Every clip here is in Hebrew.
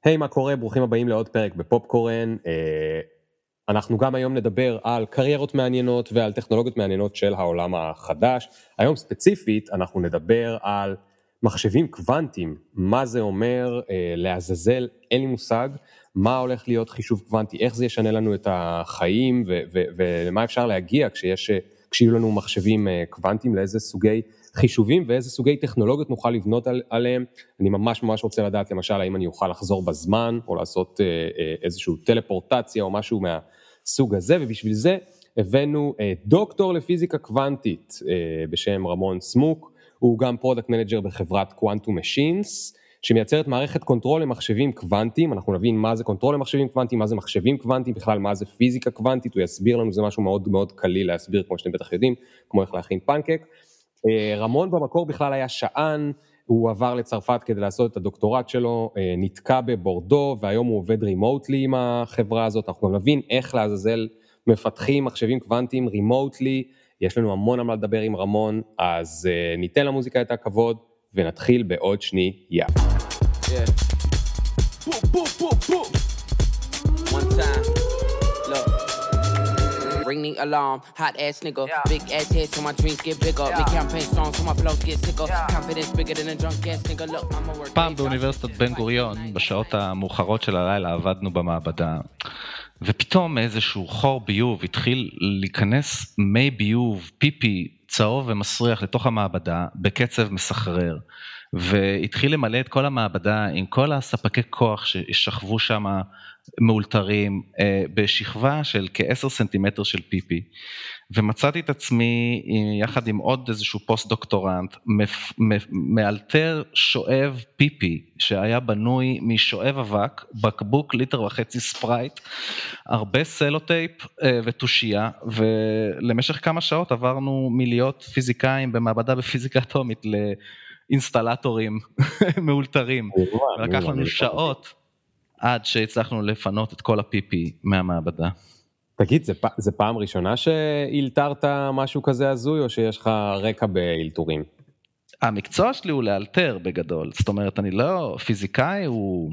היי, מה קורה? ברוכים הבאים לעוד פרק בפופקורן. אנחנו גם היום נדבר על קריירות מעניינות ועל טכנולוגיות מעניינות של העולם החדש. היום ספציפית אנחנו נדבר על מחשבים קוונטיים. מה זה אומר לעזאזל? אין לי מושג. מה הולך להיות חישוב קוונטי? איך זה ישנה לנו את החיים ולמה אפשר להגיע כשיהיו לנו מחשבים קוונטיים, לאיזה סוגי חישובים ואיזה סוגי טכנולוגיות נוכל לבנות עליהם. אני ממש רוצה לדעת למשל האם אני אוכל לחזור בזמן או לעשות איזשהו טלפורטציה או משהו מהסוג הזה, ובשביל זה הבאנו דוקטור לפיזיקה קוונטית בשם רמון סמוק. הוא גם פרודקט מנג'ר בחברת קוונטום משינס שמייצרת מערכת קונטרול למחשבים קוונטיים. אנחנו נבין מה זה קונטרול למחשבים קוונטיים, מה זה מחשבים קוונטיים, בכלל מה זה פיזיקה קוונטית. הוא יסביר לנו, זה משהו מאוד קליל להסביר, כמו שאתם בטח יודעים, כמו איך להכין פנקק. רמון במקור בכלל היה שען, הוא עבר לצרפת כדי לעשות את הדוקטורט שלו, נתקע בבורדו, והיום הוא עובד רימוטלי עם החברה הזאת. אנחנו נבין איך לעזאזל מפתחים מחשבים קוונטיים רימוטלי. יש לנו המון על מה לדבר עם רמון, אז ניתן למוזיקה את הכבוד, ונתחיל בעוד שנייה. One time, look. Ring the alarm, hot ass nigga. Big ass head so my dreams get bigger. Big campaign strong so my flows get sicker. Confidence bigger than a drunk ass nigga. Look, I'm a work. פעם באוניברסיטת בן גוריון, בשעות המאוחרות של הלילה עבדנו במעבדה, ופתאום איזשהו חור ביוב התחיל להיכנס מי ביוב, פיפי, צהוב ומסריח לתוך המעבדה בקצב מסחרר, והתחיל למלא את כל המעבדה עם כל הספקי כוח ששכבו שם מאולתרים בשכבה של כ10 סנטימטר של פיפי, ומצאתי את עצמי יחד עם עוד איזשהו פוסט דוקטורנט מאלתר שואב פיפי שהיה בנוי משואב אבק, בקבוק 1.5 ליטר ספרייט, הרבה סלוטייפ וטושייה, ולמשך כמה שעות עברנו מלהיות פיזיקאים במעבדה בפיזיקה אטומית לאינסטלטורים מאולתרים. לקח לנו שעות עד שהצלחנו לפנות את כל הפיפי מהמעבדה. תגיד, זה פעם ראשונה שאילתרת משהו כזה הזוי, או שיש לך רקע באילתורים? המקצוע שלי הוא לאלתר בגדול, זאת אומרת, אני לא פיזיקאי,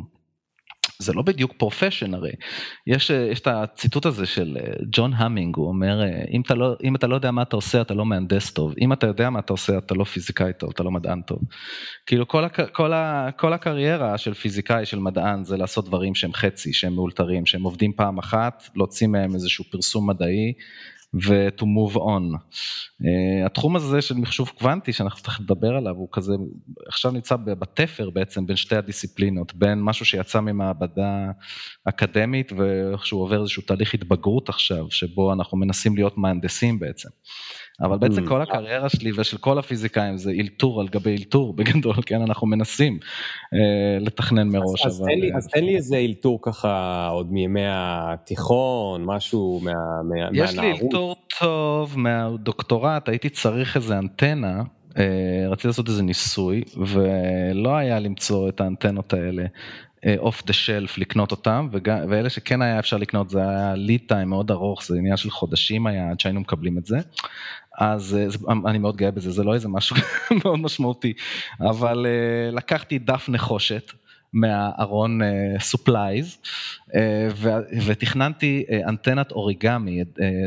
זה לא בדיוק פרופשן הרי. יש את הציטוט הזה של ג'ון המינג, הוא אומר, אם אתה לא יודע מה אתה עושה, אתה לא מהנדס טוב. אם אתה יודע מה אתה עושה, אתה לא פיזיקאי טוב, אתה לא מדען טוב. כאילו כל הקריירה של פיזיקאי, של מדען, זה לעשות דברים שהם חצי, שהם מאולתרים, שהם עובדים פעם אחת, להוציא מהם איזשהו פרסום מדעי, ו-to move on. התחום הזה של מחשוב קוונטי, שאנחנו צריכים לדבר עליו, הוא כזה, עכשיו נמצא בתפר בעצם, בין שתי הדיסציפלינות, בין משהו שיצא ממעבדה אקדמית, ואיכשהו עובר איזשהו תהליך התבגרות עכשיו, שבו אנחנו מנסים להיות מהנדסים בעצם. אבל בעצם כל הקריירה שלי ושל כל הפיזיקאים זה אילתור על גבי אילתור בגדול, כן, אנחנו מנסים לתכנן מראש. אז תן לי איזה אילתור ככה עוד מימי התיכון, משהו מהנערות. יש לי אילתור טוב מהדוקטורט, הייתי צריך איזה אנטנה, רציתי לעשות איזה ניסוי, ולא היה למצוא את האנטנות האלה off the shelf, לקנות אותם, ואלה שכן היה אפשר לקנות, זה היה lead time מאוד ארוך, זה עניין של חודשים היה עד שהיינו מקבלים את זה, אז אני מאוד גאה בזה, זה לא איזה משהו מאוד משמעותי, אבל לקחתי דף נחושת, מהארון supplies, ותכננתי אנטנת אוריגמי,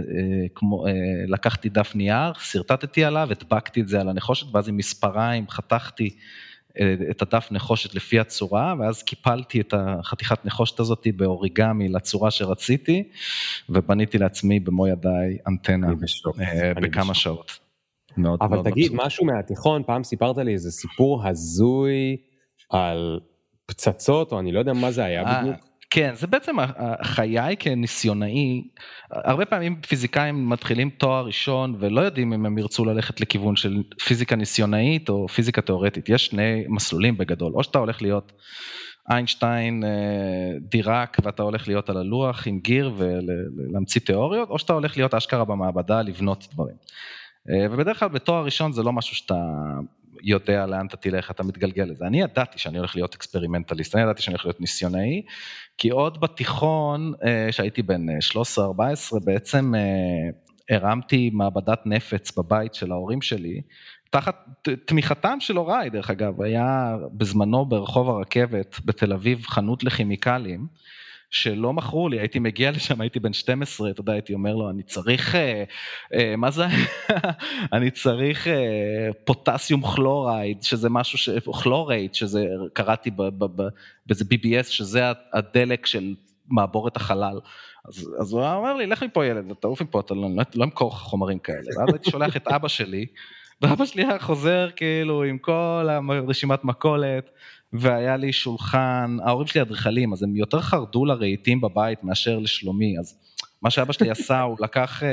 לקחתי דף נייר, סרטטתי עליו, הדבקתי את זה על הנחושת, ואז עם מספריים חתכתי את הדף נחושת לפי הצורה, ואז קיפלתי את החתיכת נחושת הזאת באוריגמי לצורה שרציתי, ובניתי לעצמי במו ידיי אנטנה בכמה שעות. אבל תגיד, משהו מהתיכון, פעם סיפרת לי איזה סיפור הזוי על פצצות, או אני לא יודע מה זה היה בדיוק. כן, זה בעצם החיי כניסיונאי, הרבה פעמים פיזיקאים מתחילים תואר ראשון, ולא יודעים אם הם ירצו ללכת לכיוון של פיזיקה ניסיונאית, או פיזיקה תיאורטית, יש שני מסלולים בגדול, או שאתה הולך להיות איינשטיין, דיראק, ואתה הולך להיות על הלוח עם גיר, ולהמציא תיאוריות, או שאתה הולך להיות אשכרה במעבדה, לבנות דברים. ובדרך כלל בתואר ראשון זה לא משהו שאתה יודע לאן אתה תלך, אתה מתגלגל לזה. אני ידעתי שאני הולך להיות אקספרימנטליסט, אני ידעתי שאני הולך להיות ניסיונאי, כי עוד בתיכון, שהייתי בן 13-14, בעצם הרמתי מעבדת נפץ בבית של ההורים שלי, תחת תמיכתם של הוריי, דרך אגב, היה בזמנו ברחוב הרכבת בתל אביב חנות לכימיקלים, שלא מכרו לי, הייתי מגיע לשם, הייתי בן 12, אתה יודע, הייתי אומר לו, אני צריך, מה זה? אני צריך פוטסיום כלורייד, שזה משהו, כלורייד, שזה קראתי באיזה BBS, שזה הדלק של מעבורת החלל. אז הוא אומר לי, לך מפה ילד, תעוף מפה, אתה לא אמכור חומרים כאלה. ואז הייתי שולח את אבא שלי, ואבא שלי היה חוזר כאילו עם כל הרשימת מכולת, והיה לי שולחן, ההורים שלי אדריכלים, אז הם יותר חרדו לרהיטים בבית מאשר לשלומי, אז מה שאבא שלי עשה, הוא לקח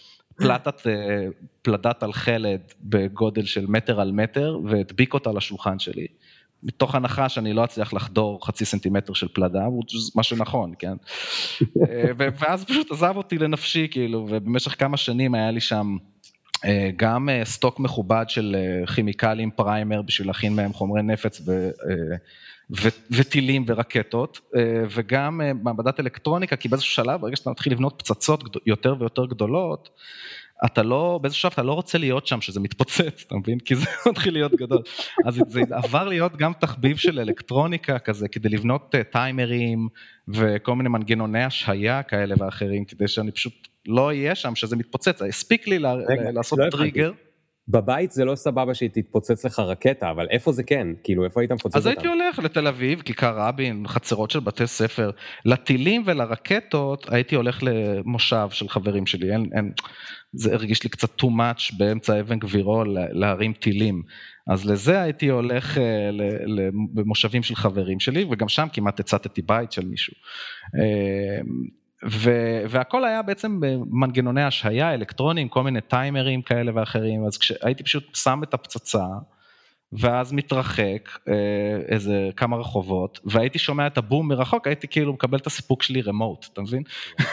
פלדת על חלד בגודל של מטר על מטר, והדביק אותה לשולחן שלי, מתוך הנחה שאני לא אצליח לחדור 0.5 סנטימטר של פלדה, מה שנכון, כן? ואז פשוט עזב אותי לנפשי, כאילו, ובמשך כמה שנים היה לי שם גם סטוק מכובד של כימיקלים פריימר, בשביל להכין מהם חומרי נפץ וטילים ורקטות, וגם מעבדת אלקטרוניקה, כי באיזשהו שלב, ברגע שאתה מתחיל לבנות פצצות יותר ויותר גדולות, אתה לא, באיזשהו שלב אתה לא רוצה להיות שם שזה מתפוצץ, אתה מבין? כי זה מתחיל להיות גדול. אז זה עבר להיות גם תחביב של אלקטרוניקה כזה, כדי לבנות טיימרים וכל מיני מנגנוני השהיה כאלה ואחרים, כדי שאני פשוט לא אהיה שם שזה מתפוצץ. הספיק לי לעשות טריגר. בבית זה לא סבבה שהיא תתפוצץ לך רקטה, אבל איפה זה כן? כאילו, איפה היית מפוצץ אותם? אז הייתי הולך לתל אביב, כיכר רבין, חצרות של בתי ספר, לטילים ולרקטות, הייתי הולך למושב של חברים שלי, זה הרגיש לי קצת too much באמצע אבן גבירו להרים טילים, אז לזה הייתי הולך למושבים של חברים שלי, וגם שם כמעט הצטתי בית של מישהו. והכל היה בעצם במנגנוני השהיה, אלקטרונים, כל מיני טיימרים כאלה ואחרים, אז כשהייתי פשוט שם את הפצצה, ואז מתרחק איזה כמה רחובות, והייתי שומע את הבום מרחוק, הייתי כאילו מקבל את הסיפוק שלי רמוט, אתה מבין?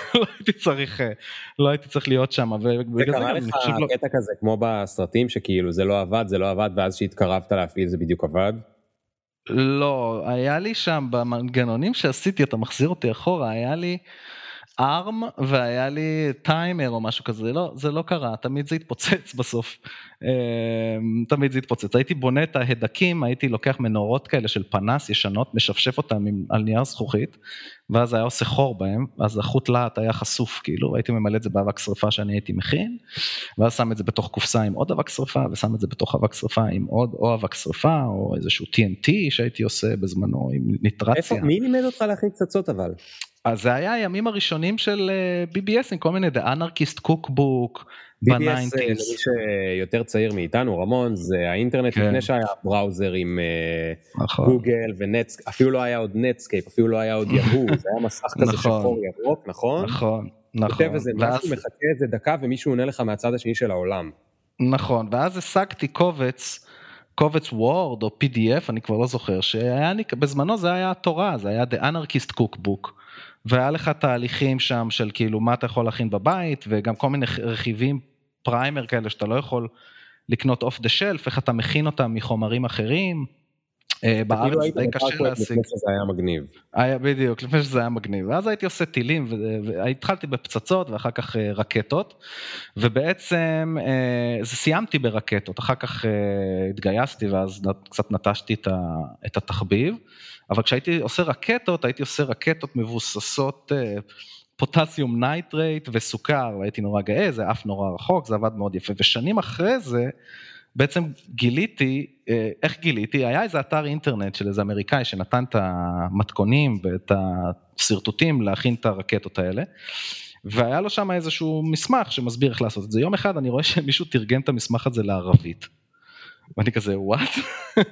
לא הייתי צריך להיות שם. זה קרה לך קטע כזה, כמו בסרטים, שכאילו זה לא עבד, ואז שהתקרבת להפעיל זה בדיוק עבד? לא, היה לי שם במנגנונים שעשיתי, אתה מחזיר אותי אחורה, היה לי ארם והיה לי טיימר או משהו כזה, לא, זה לא קרה, תמיד זה התפוצץ בסוף, תמיד זה התפוצץ, הייתי בונה את ההדקים, הייתי לוקח מנורות כאלה של פנס ישנות, משפשף אותם על נייר זכוכית, ואז היה עושה חור בהם, אז החוט להט היה חשוף כאילו, הייתי ממלא את זה באבק שריפה שאני הייתי מכין, ואז שם את זה בתוך קופסה עם עוד אבק שריפה, ושם את זה בתוך אבק שריפה עם עוד או אבק שריפה, או איזשהו TNT שהייתי עושה בזמנו עם ניטרציה. מי לימד אותך להכין פצצות אבל? אז זה היה הימים הראשונים של BBS, עם כל מיני, The Anarchist Cookbook, BBS, למי שיותר צעיר מאיתנו, רמון, זה האינטרנט לפני שהיה בראוזר עם גוגל ונטסקייפ, אפילו לא היה עוד נטסקייפ, אפילו לא היה עוד יהו, זה היה מסך כזה שחור ירוק, נכון? נכון. כותב איזה משהו, מחכה איזה דקה, ומישהו עונה לך מהצד השני של העולם. נכון, ואז השגתי קובץ וורד או PDF, אני כבר לא זוכר, בזמנו זה היה התורה, זה היה The Anarchist Cookbook, והיה לך תהליכים שם של כאילו מה אתה יכול להכין בבית, וגם כל מיני רכיבים פריימר כאלה שאתה לא יכול לקנות off the shelf, איך אתה מכין אותם מחומרים אחרים, בארץ די קשה להשיג. לפני שזה היה מגניב. בדיוק, לפני שזה היה מגניב. ואז הייתי עושה טילים, והתחלתי בפצצות ואחר כך רקטות, ובעצם סיימתי ברקטות, אחר כך התגייסתי ואז קצת נטשתי את התחביב, אבל כשהייתי עושה רקטות, הייתי עושה רקטות מבוססות פוטסיום נייטרייט וסוכר, והייתי נורא גאה, זה אף נורא רחוק, זה עבד מאוד יפה, ושנים אחרי זה, בעצם גיליתי, איך גיליתי? היה איזה אתר אינטרנט של איזה אמריקאי שנתן את המתכונים ואת הסרטוטים להכין את הרקטות האלה, והיה לו שם איזשהו מסמך שמסביר איך לעשות את זה. יום אחד אני רואה שמישהו תרגם את המסמך הזה לערבית, ואני כזה, what?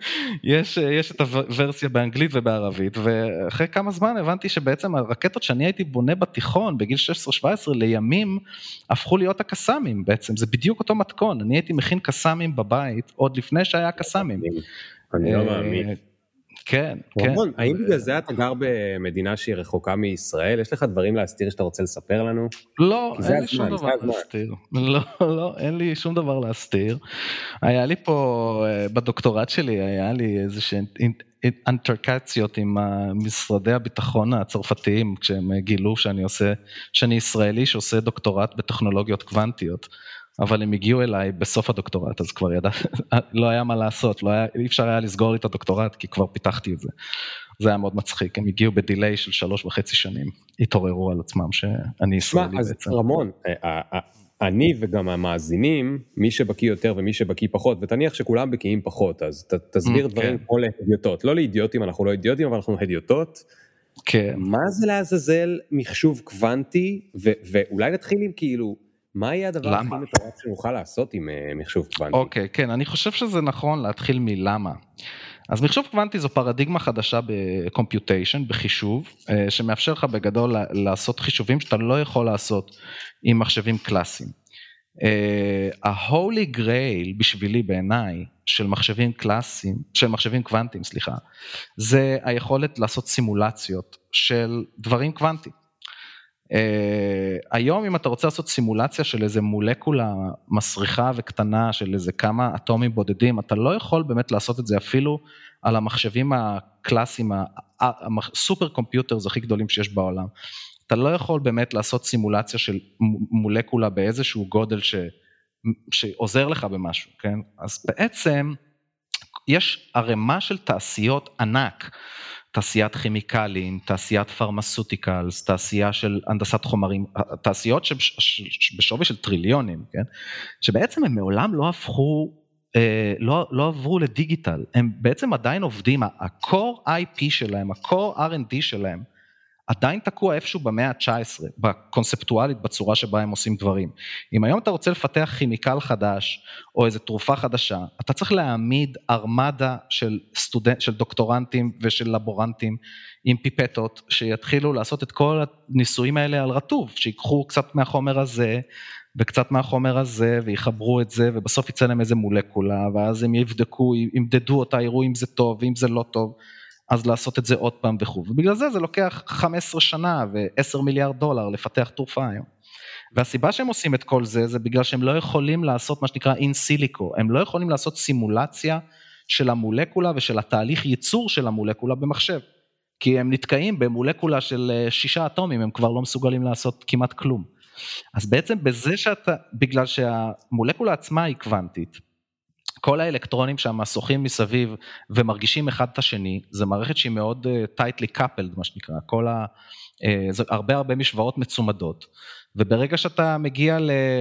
יש את הוורסיה באנגלית ובערבית, ואחרי כמה זמן הבנתי שבעצם הרקטות שאני הייתי בונה בתיכון, בגיל 16-17, לימים הפכו להיות הקסאמים בעצם, זה בדיוק אותו מתכון, אני הייתי מכין קסאמים בבית, עוד לפני שהיה קסאמים. אני לא מאמין. כן, כן. האם בגלל זה אתה גר במדינה שהיא רחוקה מישראל? יש לך דברים להסתיר שאתה רוצה לספר לנו? לא, אין לי שום דבר להסתיר. לא, אין לי שום דבר להסתיר. היה לי פה, בדוקטורט שלי, היה לי איזושהי אינטרקציות עם משרדי הביטחון הצרפתיים, כשהם גילו שאני ישראלי שעושה דוקטורט בטכנולוגיות קוונטיות. אבל הם הגיעו אליי בסוף הדוקטורט, אז כבר לא היה מה לעשות, אי אפשר היה לסגור לי את הדוקטורט, כי כבר פיתחתי את זה. זה היה מאוד מצחיק, הם הגיעו בדיליי של 3.5 שנים, התעוררו על עצמם שאני ישראלי אז בעצם. רמון, אני וגם המאזינים, מי שבקיא יותר ומי שבקיא פחות, ותניח שכולם בקיאים פחות, אז תסביר דברים כמו להדיוטות, לא לאידיוטים, אנחנו לא אידיוטים, אבל אנחנו הדיוטות. כן. מה זה לעזאזל מחשוב קוונטי, ואולי נתחיל עם כאילו, מה יהיה הדבר הכי מטורף שנוכל לעשות עם מחשוב קוונטי? אוקיי, כן, אני חושב שזה נכון להתחיל מלמה. אז מחשוב קוונטי זו פרדיגמה חדשה בקומפיוטיישן, בחישוב, שמאפשר לך בגדול לעשות חישובים שאתה לא יכול לעשות עם מחשבים קלאסיים. ה-Holy Grail בשבילי בעיניי של מחשבים קלאסיים, של מחשבים קוונטיים, סליחה, זה היכולת לעשות סימולציות של דברים קוונטיים. היום אם אתה רוצה לעשות סימולציה של איזה מולקולה מסריחה וקטנה של איזה כמה אטומים בודדים, אתה לא יכול באמת לעשות את זה אפילו על המחשבים הקלאסיים, הסופר קומפיוטרס הכי גדולים שיש בעולם. אתה לא יכול באמת לעשות סימולציה של מולקולה באיזשהו גודל שעוזר לך במשהו, כן? אז בעצם יש ערימה של תעשיות ענק, תעשיית כימיקלים, תעשיית פרמסוטיקלס, תעשייה של הנדסת חומרים, תעשיות שבשווי של טריליונים, כן? שבעצם הם מעולם לא הפכו, לא עברו לדיגיטל, הם בעצם עדיין עובדים, ה-core IP שלהם, ה-core R&D שלהם, עדיין תקוע איפשהו במאה ה-19, בקונספטואלית, בצורה שבה הם עושים דברים. אם היום אתה רוצה לפתח כימיקל חדש, או איזו תרופה חדשה, אתה צריך להעמיד ארמדה של דוקטורנטים ושל לבורנטים, עם פיפטות, שיתחילו לעשות את כל הניסויים האלה על רטוב, שיקחו קצת מהחומר הזה, וקצת מהחומר הזה, ויחברו את זה, ובסוף יצא להם איזה מולקולה, ואז הם יבדקו, ימדדו אותה, יראו אם זה טוב, ואם זה לא טוב, אז לעשות את זה עוד פעם וכו'. ובגלל זה לוקח 15 שנה ו10 מיליארד דולר לפתח תרופה היום. והסיבה שהם עושים את כל זה, זה בגלל שהם לא יכולים לעשות מה שנקרא in silico, הם לא יכולים לעשות סימולציה של המולקולה ושל התהליך ייצור של המולקולה במחשב. כי הם נתקעים במולקולה של 6 אטומים, הם כבר לא מסוגלים לעשות כמעט כלום. אז בעצם בזה בגלל שהמולקולה עצמה היא קוונטית, כל האלקטרונים שהמסוכים מסביב ומרגישים אחד את השני, זה מערכת שהיא מאוד tightly coupled, מה שנקרא, זה הרבה משוואות מצומדות, וברגע שאתה מגיע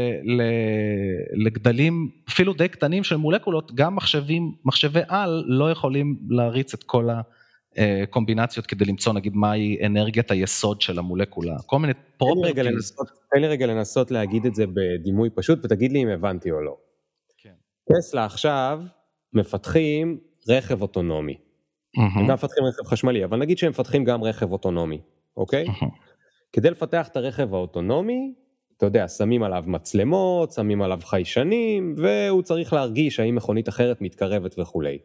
לגדלים, אפילו די קטנים של מולקולות, גם מחשבי על לא יכולים להריץ את כל הקומבינציות, כדי למצוא נגיד מהי אנרגיית היסוד של המולקולה, כל מיני properties. תן לי רגע לנסות להגיד את זה בדימוי פשוט, ותגיד לי אם הבנתי או לא. טסלה עכשיו מפתחים רכב אוטונומי, הם גם מפתחים רכב חשמלי, אבל נגיד שהם מפתחים גם רכב אוטונומי, אוקיי? כדי לפתח את הרכב האוטונומי, אתה יודע, שמים עליו מצלמות, שמים עליו חיישנים, והוא צריך להרגיש האם מכונית אחרת מתקרבת וכולי.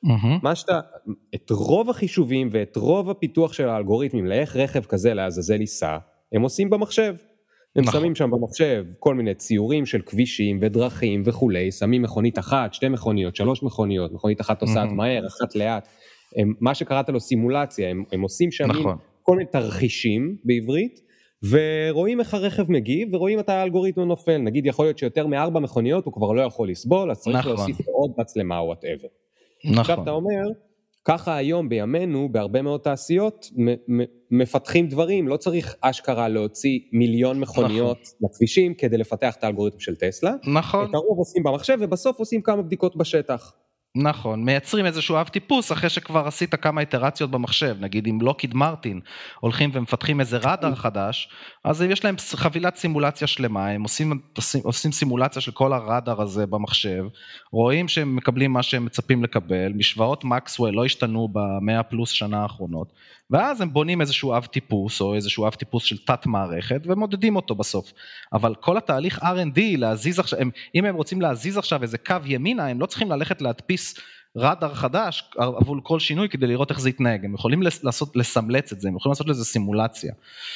את רוב החישובים ואת רוב הפיתוח של האלגוריתמים, לאיך רכב כזה לעזאזל ייסע, הם עושים במחשב. הם שמים שם במחשב כל מיני ציורים של כבישים ודרכים וכולי, שמים מכונית אחת, 2 מכוניות, 3 מכוניות, מכונית אחת עושה מהר, אחת לאט, מה שקראת לו סימולציה, הם עושים שם כל מיני תרחישים בעברית, ורואים איך הרכב מגיב, ורואים את האלגוריתם נופל, נגיד יכול להיות שיותר מ4 מכוניות הוא כבר לא יכול לסבול, אז צריך להוסיף עוד מצלמה או whatever. עכשיו אתה אומר, ככה היום בימינו, בהרבה מאוד תעשיות, מפתחים דברים, לא צריך אשכרה להוציא 1,000,000 מכוניות לכבישים, כדי לפתח את האלגוריתם של טסלה. נכון. את הרוב עושים במחשב, ובסוף עושים כמה בדיקות בשטח. נכון, מייצרים איזשהו אב טיפוס, אחרי שכבר עשית כמה איטרציות במחשב, נגיד אם לוקיד מרטין, הולכים ומפתחים איזה רדאר חדש, אז יש להם חבילת סימולציה שלמה, הם עושים סימולציה של כל הרדאר הזה במחשב, רואים שהם מקבלים מה שהם מצפים לקבל, משוואות מקסוול לא השתנו ב100 פלוס שנה האחרונות, ואז הם בונים איזשהו אב טיפוס, או איזשהו אב טיפוס של תת מערכת, ומודדים אותו בסוף. אבל כל התהליך R&D, להזיז עכשיו, אם הם רוצים להזיז עכשיו איזה קו ימינה, הם לא צריכים ללכת להדפיס רדאר חדש, עבור כל שינוי, כדי לראות איך זה יתנהג. הם יכולים לסמלץ את זה, הם יכולים לעשות לזה סימולציה.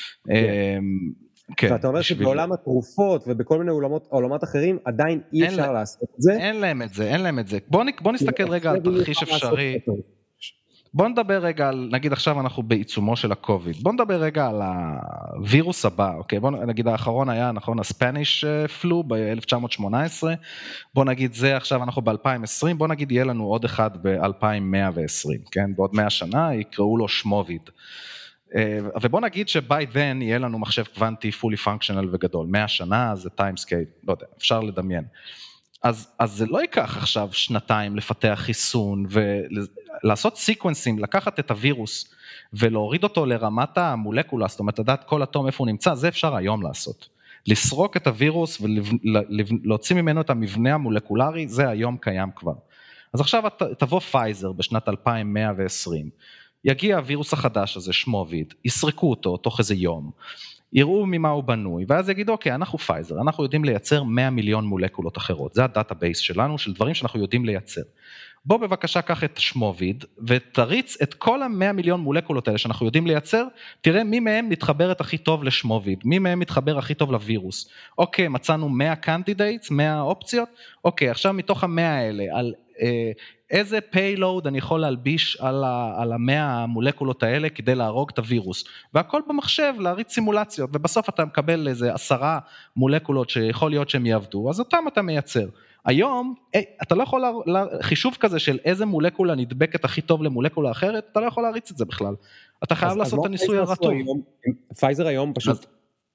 ואתה אומר שבעולם התרופות, ובכל מיני עולמות אחרים, עדיין אי אפשר לעשות את זה? אין להם את זה. בוא נסתכל רגע על תרחיש אפשרי. בוא נדבר רגע על, נגיד עכשיו אנחנו בעיצומו של הקוביד, בוא נדבר רגע על הווירוס הבא, אוקיי? בוא נגיד האחרון היה, נכון, הספניש פלו ב-1918, בוא נגיד זה עכשיו אנחנו ב-2020, בוא נגיד יהיה לנו עוד אחד ב-2120, כן? בעוד 100 שנה יקראו לו שמוביד. ובוא נגיד שby then יהיה לנו מחשב קוונטי fully functional וגדול, 100 שנה זה טיימסקייל, לא יודע, אפשר לדמיין. אז זה לא ייקח עכשיו שנתיים לפתח חיסון ולעשות סיקוונסים, לקחת את הווירוס ולהוריד אותו לרמת המולקולה, זאת אומרת לדעת כל אטום איפה הוא נמצא, זה אפשר היום לעשות. לסרוק את הווירוס ולהוציא ממנו את המבנה המולקולרי, זה היום קיים כבר. אז עכשיו תבוא פייזר בשנת 2120, יגיע הווירוס החדש הזה, שמוביד, יסרקו אותו תוך איזה יום, יראו ממה הוא בנוי, ואז יגידו, אוקיי, אנחנו פייזר, אנחנו יודעים לייצר 100 מיליון מולקולות אחרות, זה הדאטאבייס שלנו, של דברים שאנחנו יודעים לייצר. בוא בבקשה קח את שמוביד, ותריץ את כל ה-100 מיליון מולקולות האלה שאנחנו יודעים לייצר, תראה מי מהם מתחברת הכי טוב לשמוביד, מי מהם מתחבר הכי טוב לווירוס. אוקיי, מצאנו 100 קנדידייטס, 100 אופציות, אוקיי, עכשיו מתוך ה-100 האלה, על איזה payload אני יכול להלביש על 100 המולקולות האלה כדי להרוג את הווירוס, והכל במחשב להריץ סימולציות, ובסוף אתה מקבל איזה 10 מולקולות שיכול להיות שהם יעבדו, אז אותם אתה מייצר. היום, אתה לא יכול, חישוב כזה של איזה מולקולה נדבקת הכי טוב למולקולה אחרת, אתה לא יכול להריץ את זה בכלל. אתה חייב לעשות את הניסוי הרטוב. פייזר היום פשוט,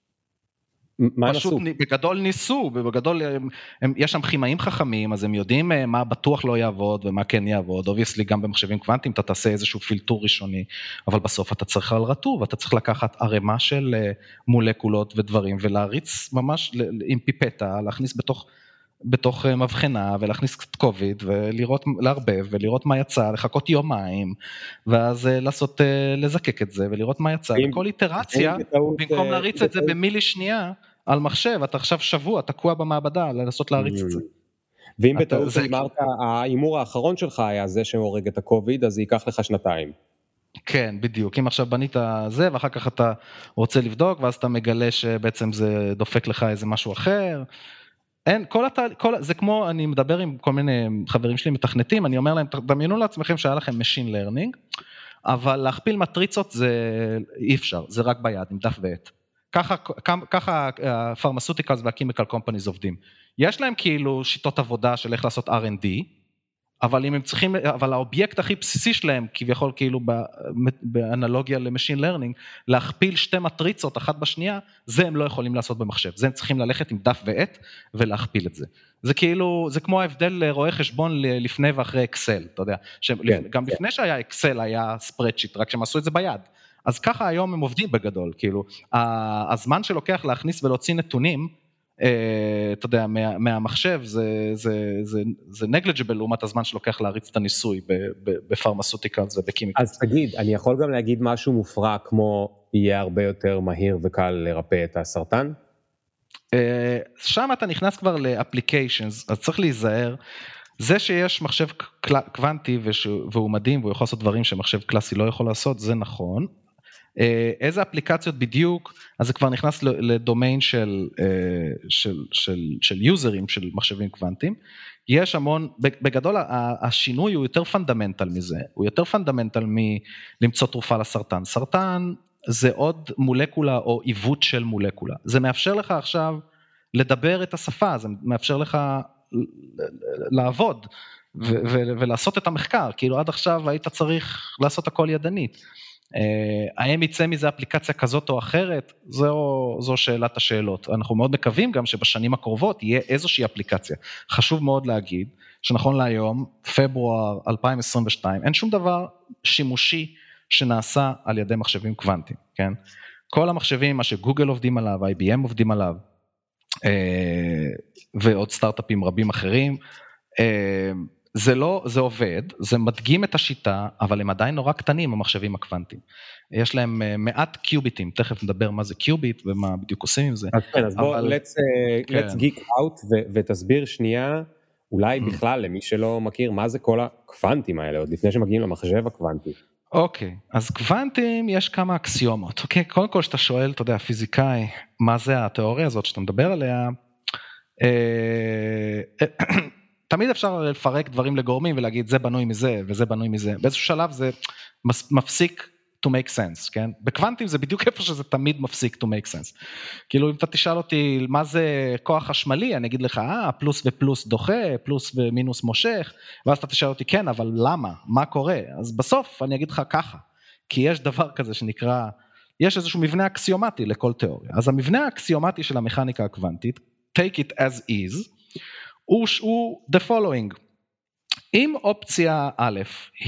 מה פשוט נסו? בגדול ניסו, בגדול יש שם כימאים חכמים, אז הם יודעים מה בטוח לא יעבוד ומה כן יעבוד, obviously גם במחשבים קוונטיים אתה תעשה איזשהו פילטור ראשוני, אבל בסוף אתה צריך על רטוב, אתה צריך לקחת ערימה של מולקולות ודברים, ולהריץ ממש עם פיפטה, להכניס בתוך מבחנה, ולהכניס קצת קוביד, ולראות, להרבב, ולראות מה יצא, לחכות יומיים, ואז לעשות, לזקק את זה, ולראות מה יצא, וכל איטרציה, במקום להריץ את זה במילי שנייה, על מחשב, אתה עכשיו שבוע, תקוע במעבדה, לנסות להריץ את זה. ואם בטעות אמרת, האימור האחרון שלך היה זה שהורג את הקוביד, אז זה ייקח לך שנתיים. כן, בדיוק. אם עכשיו בנית זה, ואחר כך אתה רוצה לבדוק, ואז אתה מגלה שבעצם זה דופק לך איזה משהו אחר. אין, זה כמו, אני מדבר עם כל מיני חברים שלי מתכנתים, אני אומר להם, דמיינו לעצמכם שהיה לכם machine learning, אבל להכפיל מטריצות זה אי אפשר, זה רק ביד, עם דף ועט. ככה הפרמסוטיקלס והכימיקל קומפניז עובדים. יש להם כאילו שיטות עבודה של איך לעשות R&D, אבל האובייקט הכי בסיסי שלהם, כביכול כאילו באנלוגיה למשין לרנינג, להכפיל שתי מטריצות אחת בשנייה, זה הם לא יכולים לעשות במחשב, זה הם צריכים ללכת עם דף ועט ולהכפיל את זה. זה כאילו, זה כמו ההבדל רואה חשבון לפני ואחרי אקסל, אתה יודע, גם לפני שהיה אקסל היה ספרדשיט, רק שהם עשו את זה ביד. אז ככה היום הם עובדים בגדול, כאילו, הזמן שלוקח להכניס ולהוציא נתונים, אתה יודע, מהמחשב זה negligible לעומת הזמן שלוקח להריץ את הניסוי בפרמסוטיקלס ובכימיקלס. אז תגיד, אני יכול גם להגיד משהו מופרע כמו יהיה הרבה יותר מהיר וקל לרפא את הסרטן? שם אתה נכנס כבר לאפליקיישנס, אז צריך להיזהר, זה שיש מחשב קוונטי והוא מדהים והוא יכול לעשות דברים שמחשב קלאסי לא יכול לעשות, זה נכון. איזה אפליקציות בדיוק, אז זה כבר נכנס לדומיין של יוזרים של מחשבים קוונטיים, יש המון, בגדול השינוי הוא יותר פונדמנטל מזה, הוא יותר פונדמנטל מלמצוא תרופה לסרטן, סרטן זה עוד מולקולה או עיוות של מולקולה, זה מאפשר לך עכשיו לדבר את השפה, זה מאפשר לך לעבוד ולעשות את המחקר, כאילו עד עכשיו היית צריך לעשות הכל ידנית, האם יצא מזה אפליקציה כזאת או אחרת, זו שאלת השאלות. אנחנו מאוד מקווים גם שבשנים הקרובות יהיה איזושהי אפליקציה. חשוב מאוד להגיד שנכון להיום, פברואר 2022, אין שום דבר שימושי שנעשה על ידי מחשבים קוונטיים, כן? כל המחשבים, מה שגוגל עובדים עליו, IBM עובדים עליו, ועוד סטארט-אפים רבים אחרים, זה עובד, זה מדגים את השיטה, אבל הם עדיין נורא קטנים, המחשבים הקוונטיים. יש להם מעט קיוביטים, תכף נדבר מה זה קיוביט, ומה בדיוק עושים עם זה. אז כן, אז בוא, let's geek out, ותסביר שנייה, אולי בכלל למי שלא מכיר, מה זה כל הקוונטים האלה, עוד לפני שמגיעים למחשב הקוונטי. אוקיי, אז קוונטים יש כמה אקסיומות, אוקיי, קודם כל שאתה שואל, אתה יודע, פיזיקאי, מה זה התיאוריה הזאת שאתה מדבר עליה, תמיד אפשר לפרק דברים לגורמים ולהגיד זה בנוי מזה וזה בנוי מזה, באיזשהו שלב זה מפסיק to make sense, כן? בקוונטים זה בדיוק איפה שזה תמיד מפסיק to make sense. כאילו אם אתה תשאל אותי מה זה כוח חשמלי, אני אגיד לך, פלוס ופלוס דוחה, פלוס ומינוס מושך, ואז אתה תשאל אותי, כן, אבל למה? מה קורה? אז בסוף אני אגיד לך ככה, כי יש דבר כזה שנקרא, יש איזשהו מבנה אקסיומטי לכל תיאוריה. אז המבנה האקסיומטי של המכניקה הקוונטית, take it as is, הוא the following. אם אופציה א'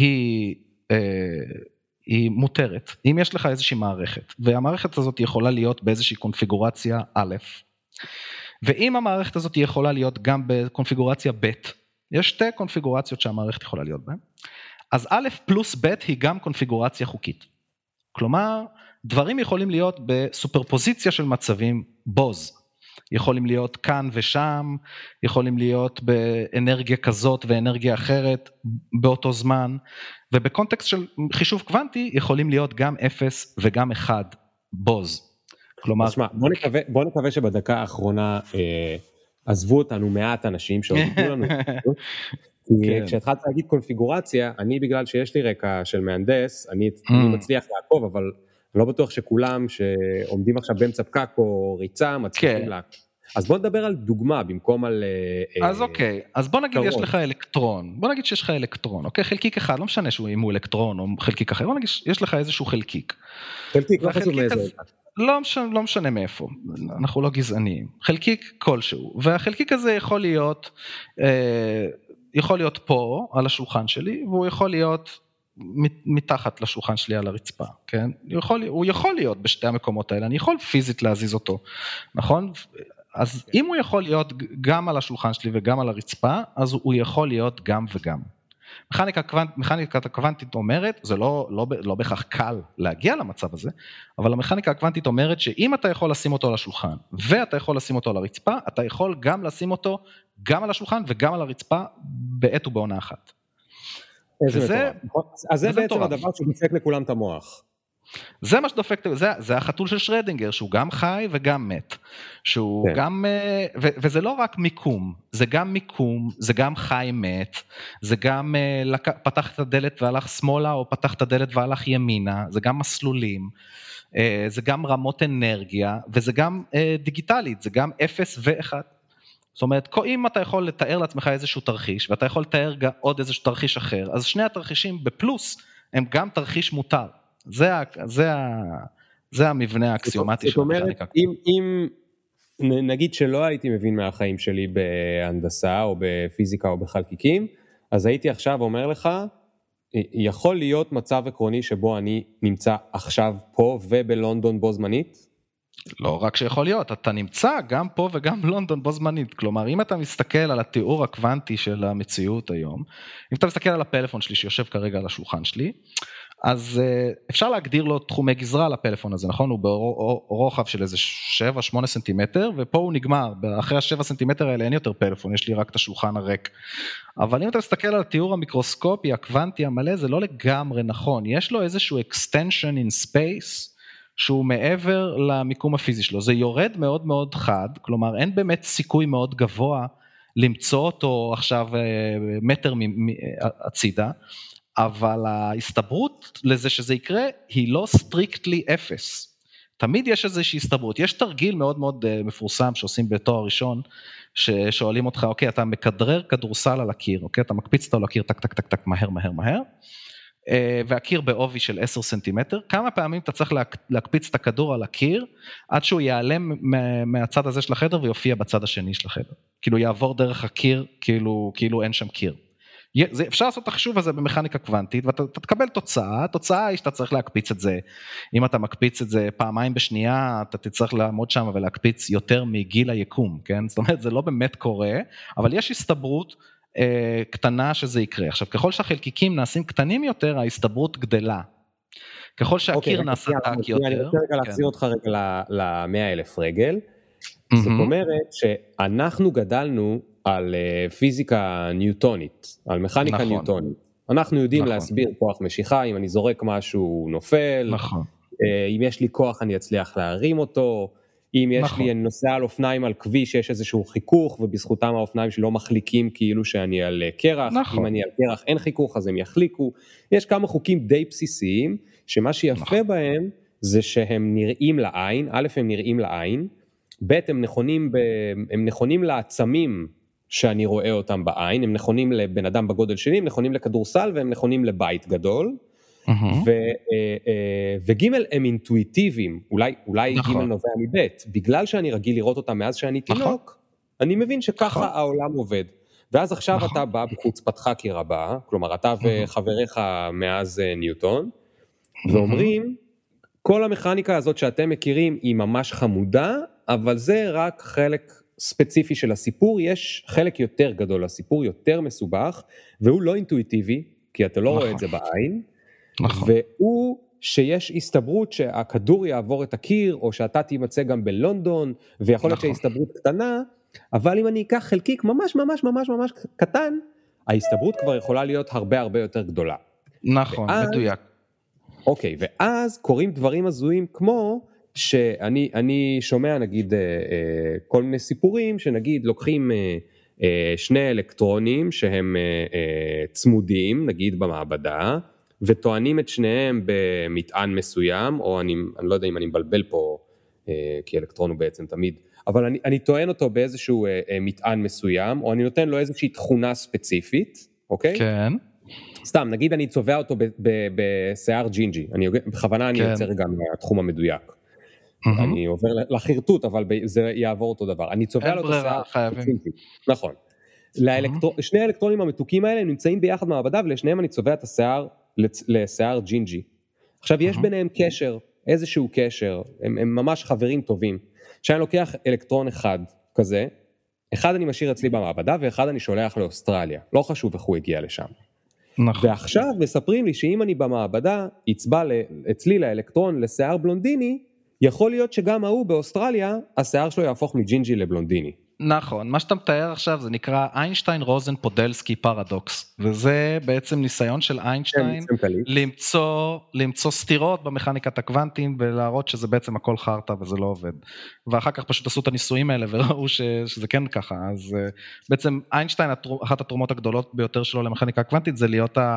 היא מותרת, אם יש לך איזושהי מערכת, והמערכת הזאת יכולה להיות באיזושהי קונפיגורציה א', ואם המערכת הזאת יכולה להיות גם בקונפיגורציה ב', יש שתי קונפיגורציות שהמערכת יכולה להיות בהן, אז א' פלוס ב' היא גם קונפיגורציה חוקית. כלומר, דברים יכולים להיות בסופרפוזיציה של מצבים בוז, יכולים להיות כאן ושם, יכולים להיות באנרגיה כזאת ואנרגיה אחרת באותו זמן, ובקונטקסט של חישוב קוונטי יכולים להיות גם 0 וגם 1 בוז. כלומר, תשמע, בוא נקווה שבדקה האחרונה עזבו אותנו מעט אנשים שעוד יתנו לנו, כי כשהתחלת להגיד קונפיגורציה, אני בגלל שיש לי רקע של מהנדס, אני מצליח לעקוב, אבל אני לא בטוח שכולם שעומדים עכשיו באמצע פקק או ריצה מצליחים לעקוב. אז בוא נדבר על דוגמה במקום על... אז אוקיי, אז בוא נגיד יש לך אלקטרון, בוא נגיד שיש לך אלקטרון, אוקיי, חלקיק אחד, לא משנה אם הוא אלקטרון או חלקיק אחר, בוא נגיד יש לך איזשהו חלקיק. חלקיק, לא חשוב מאיזה. לא משנה מאיפה, אנחנו לא גזעניים, חלקיק כלשהו, והחלקיק הזה יכול להיות פה על השולחן שלי, והוא יכול להיות מתחת לשולחן שלי על הרצפה, כן? הוא יכול להיות בשתי המקומות האלה, אני יכול פיזית להזיז אותו, נכון? אז אם הוא יכול להיות גם על השולחן שלי וגם על הרצפה, אז הוא יכול להיות גם וגם. מכניקת הקוונטית אומרת, זה לא בהכרח קל להגיע למצב הזה, אבל המכניקה הקוונטית אומרת שאם אתה יכול לשים אותו על השולחן, ואתה יכול לשים אותו על הרצפה, אתה יכול גם לשים אותו גם על השולחן וגם על הרצפה בעת ובעונה אחת. אז זה בעצם הדבר שדופק לכולם את המוח. זה מה שדופק, זה החתול של שרדינגר, שהוא גם חי וגם מת, שהוא גם, וזה לא רק מיקום, זה גם מיקום, זה גם חי מת, זה גם פתח את הדלת והלך שמאלה, או פתח את הדלת והלך ימינה, זה גם מסלולים, זה גם רמות אנרגיה, וזה גם דיגיטלית, זה גם 0 ו-1. זאת אומרת, אם אתה יכול לתאר לעצמך איזשהו תרחיש, ואתה יכול לתאר עוד איזשהו תרחיש אחר, אז שני התרחישים בפלוס, הם גם תרחיש מותר. זה המבנה האקסיומטי של המכניקה. אם נגיד שלא הייתי מבין מהחיים שלי בהנדסה, או בפיזיקה, או בחלקיקים, אז הייתי עכשיו אומר לך, יכול להיות מצב עקרוני שבו אני נמצא עכשיו פה ובלונדון בו זמנית? לא רק שיכול להיות, אתה נמצא גם פה וגם בלונדון בו זמנית, כלומר אם אתה מסתכל על התיאור הקוונטי של המציאות היום, אם אתה מסתכל על הפלאפון שלי שיושב כרגע על השולחן שלי, אז אפשר להגדיר לו תחומי גזרה לפלאפון הזה, נכון? הוא ברוחב של איזה 7-8 סנטימטר, ופה הוא נגמר, אחרי ה7 סנטימטר האלה אין יותר פלאפון, יש לי רק את השולחן הריק. אבל אם אתה מסתכל על התיאור המיקרוסקופי, הקוונטי המלא, זה לא לגמרי נכון, יש לו איזשהו extension in space, שהוא מעבר למיקום הפיזי שלו, זה יורד מאוד מאוד חד, כלומר אין באמת סיכוי מאוד גבוה, למצוא אותו עכשיו מטר הצידה, אבל ההסתברות לזה שזה יקרה, היא לא סטריקטלי 0. תמיד יש איזושהי הסתברות. יש תרגיל מאוד מאוד מפורסם שעושים בתואר ראשון, ששואלים אותך, אוקיי, אתה מקדרר כדורסל על הקיר, אוקיי, אתה מקפיץ אותו על הקיר, טק, טק, טק, טק, מהר, מהר, מהר, והקיר בעובי של 10 סנטימטר, כמה פעמים אתה צריך להקפיץ את הכדור על הקיר, עד שהוא מהצד הזה של החדר, ויופיע בצד השני של החדר. כאילו יעבור דרך הקיר, כאילו אין שם קיר. אפשר לעשות את החישוב הזה במכניקה קוונטית, ואתה תקבל תוצאה, התוצאה היא שאתה צריך להקפיץ את זה, אם אתה מקפיץ את זה פעמיים בשנייה, אתה תצטרך לעמוד שם ולהקפיץ יותר מגיל היקום, כן? זאת אומרת, זה לא באמת קורה, אבל יש הסתברות קטנה שזה יקרה. עכשיו, ככל שהחלקיקים נעשים קטנים יותר, ההסתברות גדלה. ככל שהקיר נעשה דק יותר. אני רוצה רגע להחזיר אותך רגע ל100,000 רגל, זאת אומרת שאנחנו גדלנו על פיזיקה ניוטונית, על מכניקה ניוטונית. אנחנו יודעים להסביר כוח משיכה, אם אני זורק משהו נופל, אם יש לי כוח אני אצליח להרים אותו, אם יש לי נוסע על אופניים על כביש, יש איזשהו חיכוך, ובזכותם האופניים שלא מחליקים כאילו שאני על קרח, אם אני על קרח אין חיכוך, אז הם יחליקו. יש כמה חוקים די בסיסיים, שמה שיפה בהם, זה שהם נראים לעין, א' הם נראים לעין, ב' הם נכונים לעצמים שאני רואה אותם בעין, הם נכונים לבן אדם בגודל שלי, הם נכונים לכדורסל, והם נכונים לבית גדול, וג' הם אינטואיטיביים, אולי ג' נובע מבית, בגלל שאני רגיל לראות אותם מאז שאני תינוק, אני מבין שככה העולם עובד, ואז עכשיו אתה בא בחוצפתך כרבה, כלומר אתה וחבריך מאז ניוטון, ואומרים, כל המכניקה הזאת שאתם מכירים היא ממש חמודה, אבל זה רק חלק ספציפי של הסיפור, יש חלק יותר גדול לסיפור, יותר מסובך, והוא לא אינטואיטיבי, כי אתה לא רואה את זה בעין, והוא שיש הסתברות שהכדור יעבור את הקיר, או שאתה תימצא גם בלונדון, ויכול להיות שההסתברות קטנה, אבל אם אני אקח חלקיק ממש ממש ממש ממש קטן, ההסתברות כבר יכולה להיות הרבה הרבה יותר גדולה. נכון, מדויק. אוקיי, ואז קוראים דברים הזויים כמו שאני שומע נגיד כל מיני סיפורים שנגיד לוקחים שני אלקטרונים שהם צמודים נגיד במעבדה וטוענים את שניהם במטען מסוים או אני לא יודע אם אני מבלבל פה כי אלקטרון הוא בעצם תמיד אבל אני טוען אותו באיזשהו מטען מסוים או אני נותן לו איזושהי תכונה ספציפית אוקיי? כן. סתם, נגיד אני צובע אותו בשיער ג'ינג'י, בכוונה אני יוצר גם התחום המדויק. אני עובר לחרטוט, אבל זה יעבור אותו דבר. אני צובע לו את השיער ג'ינג'י. נכון. שני האלקטרונים המתוקים האלה נמצאים ביחד במעבדה, ולשניהם אני צובע את השיער לשיער ג'ינג'י. עכשיו יש ביניהם קשר, איזשהו קשר, הם ממש חברים טובים. שאני לוקח אלקטרון אחד כזה, אחד אני משאיר אצלי במעבדה, ואחד אני שולח לאוסטרליה. לא חשוב איך הוא הגיע לשם. נכון. ועכשיו מספרים לי שאם אני במעבדה יצבע אצלי לאלקטרון לשיער בלונדיני, יכול להיות שגם ההוא באוסטרליה, השיער שלו יהפוך מג'ינג'י לבלונדיני. נכון, מה שאתה מתאר עכשיו זה נקרא איינשטיין-רוזן-פודלסקי פרדוקס, וזה בעצם ניסיון של איינשטיין למצוא סתירות במכניקת הקוונטים, ולהראות שזה בעצם הכל חרטה וזה לא עובד. ואחר כך פשוט עשו את הניסויים האלה וראו שזה כן ככה, אז בעצם איינשטיין, אחת התרומות הגדולות ביותר שלו למכניקה הקוונטית, זה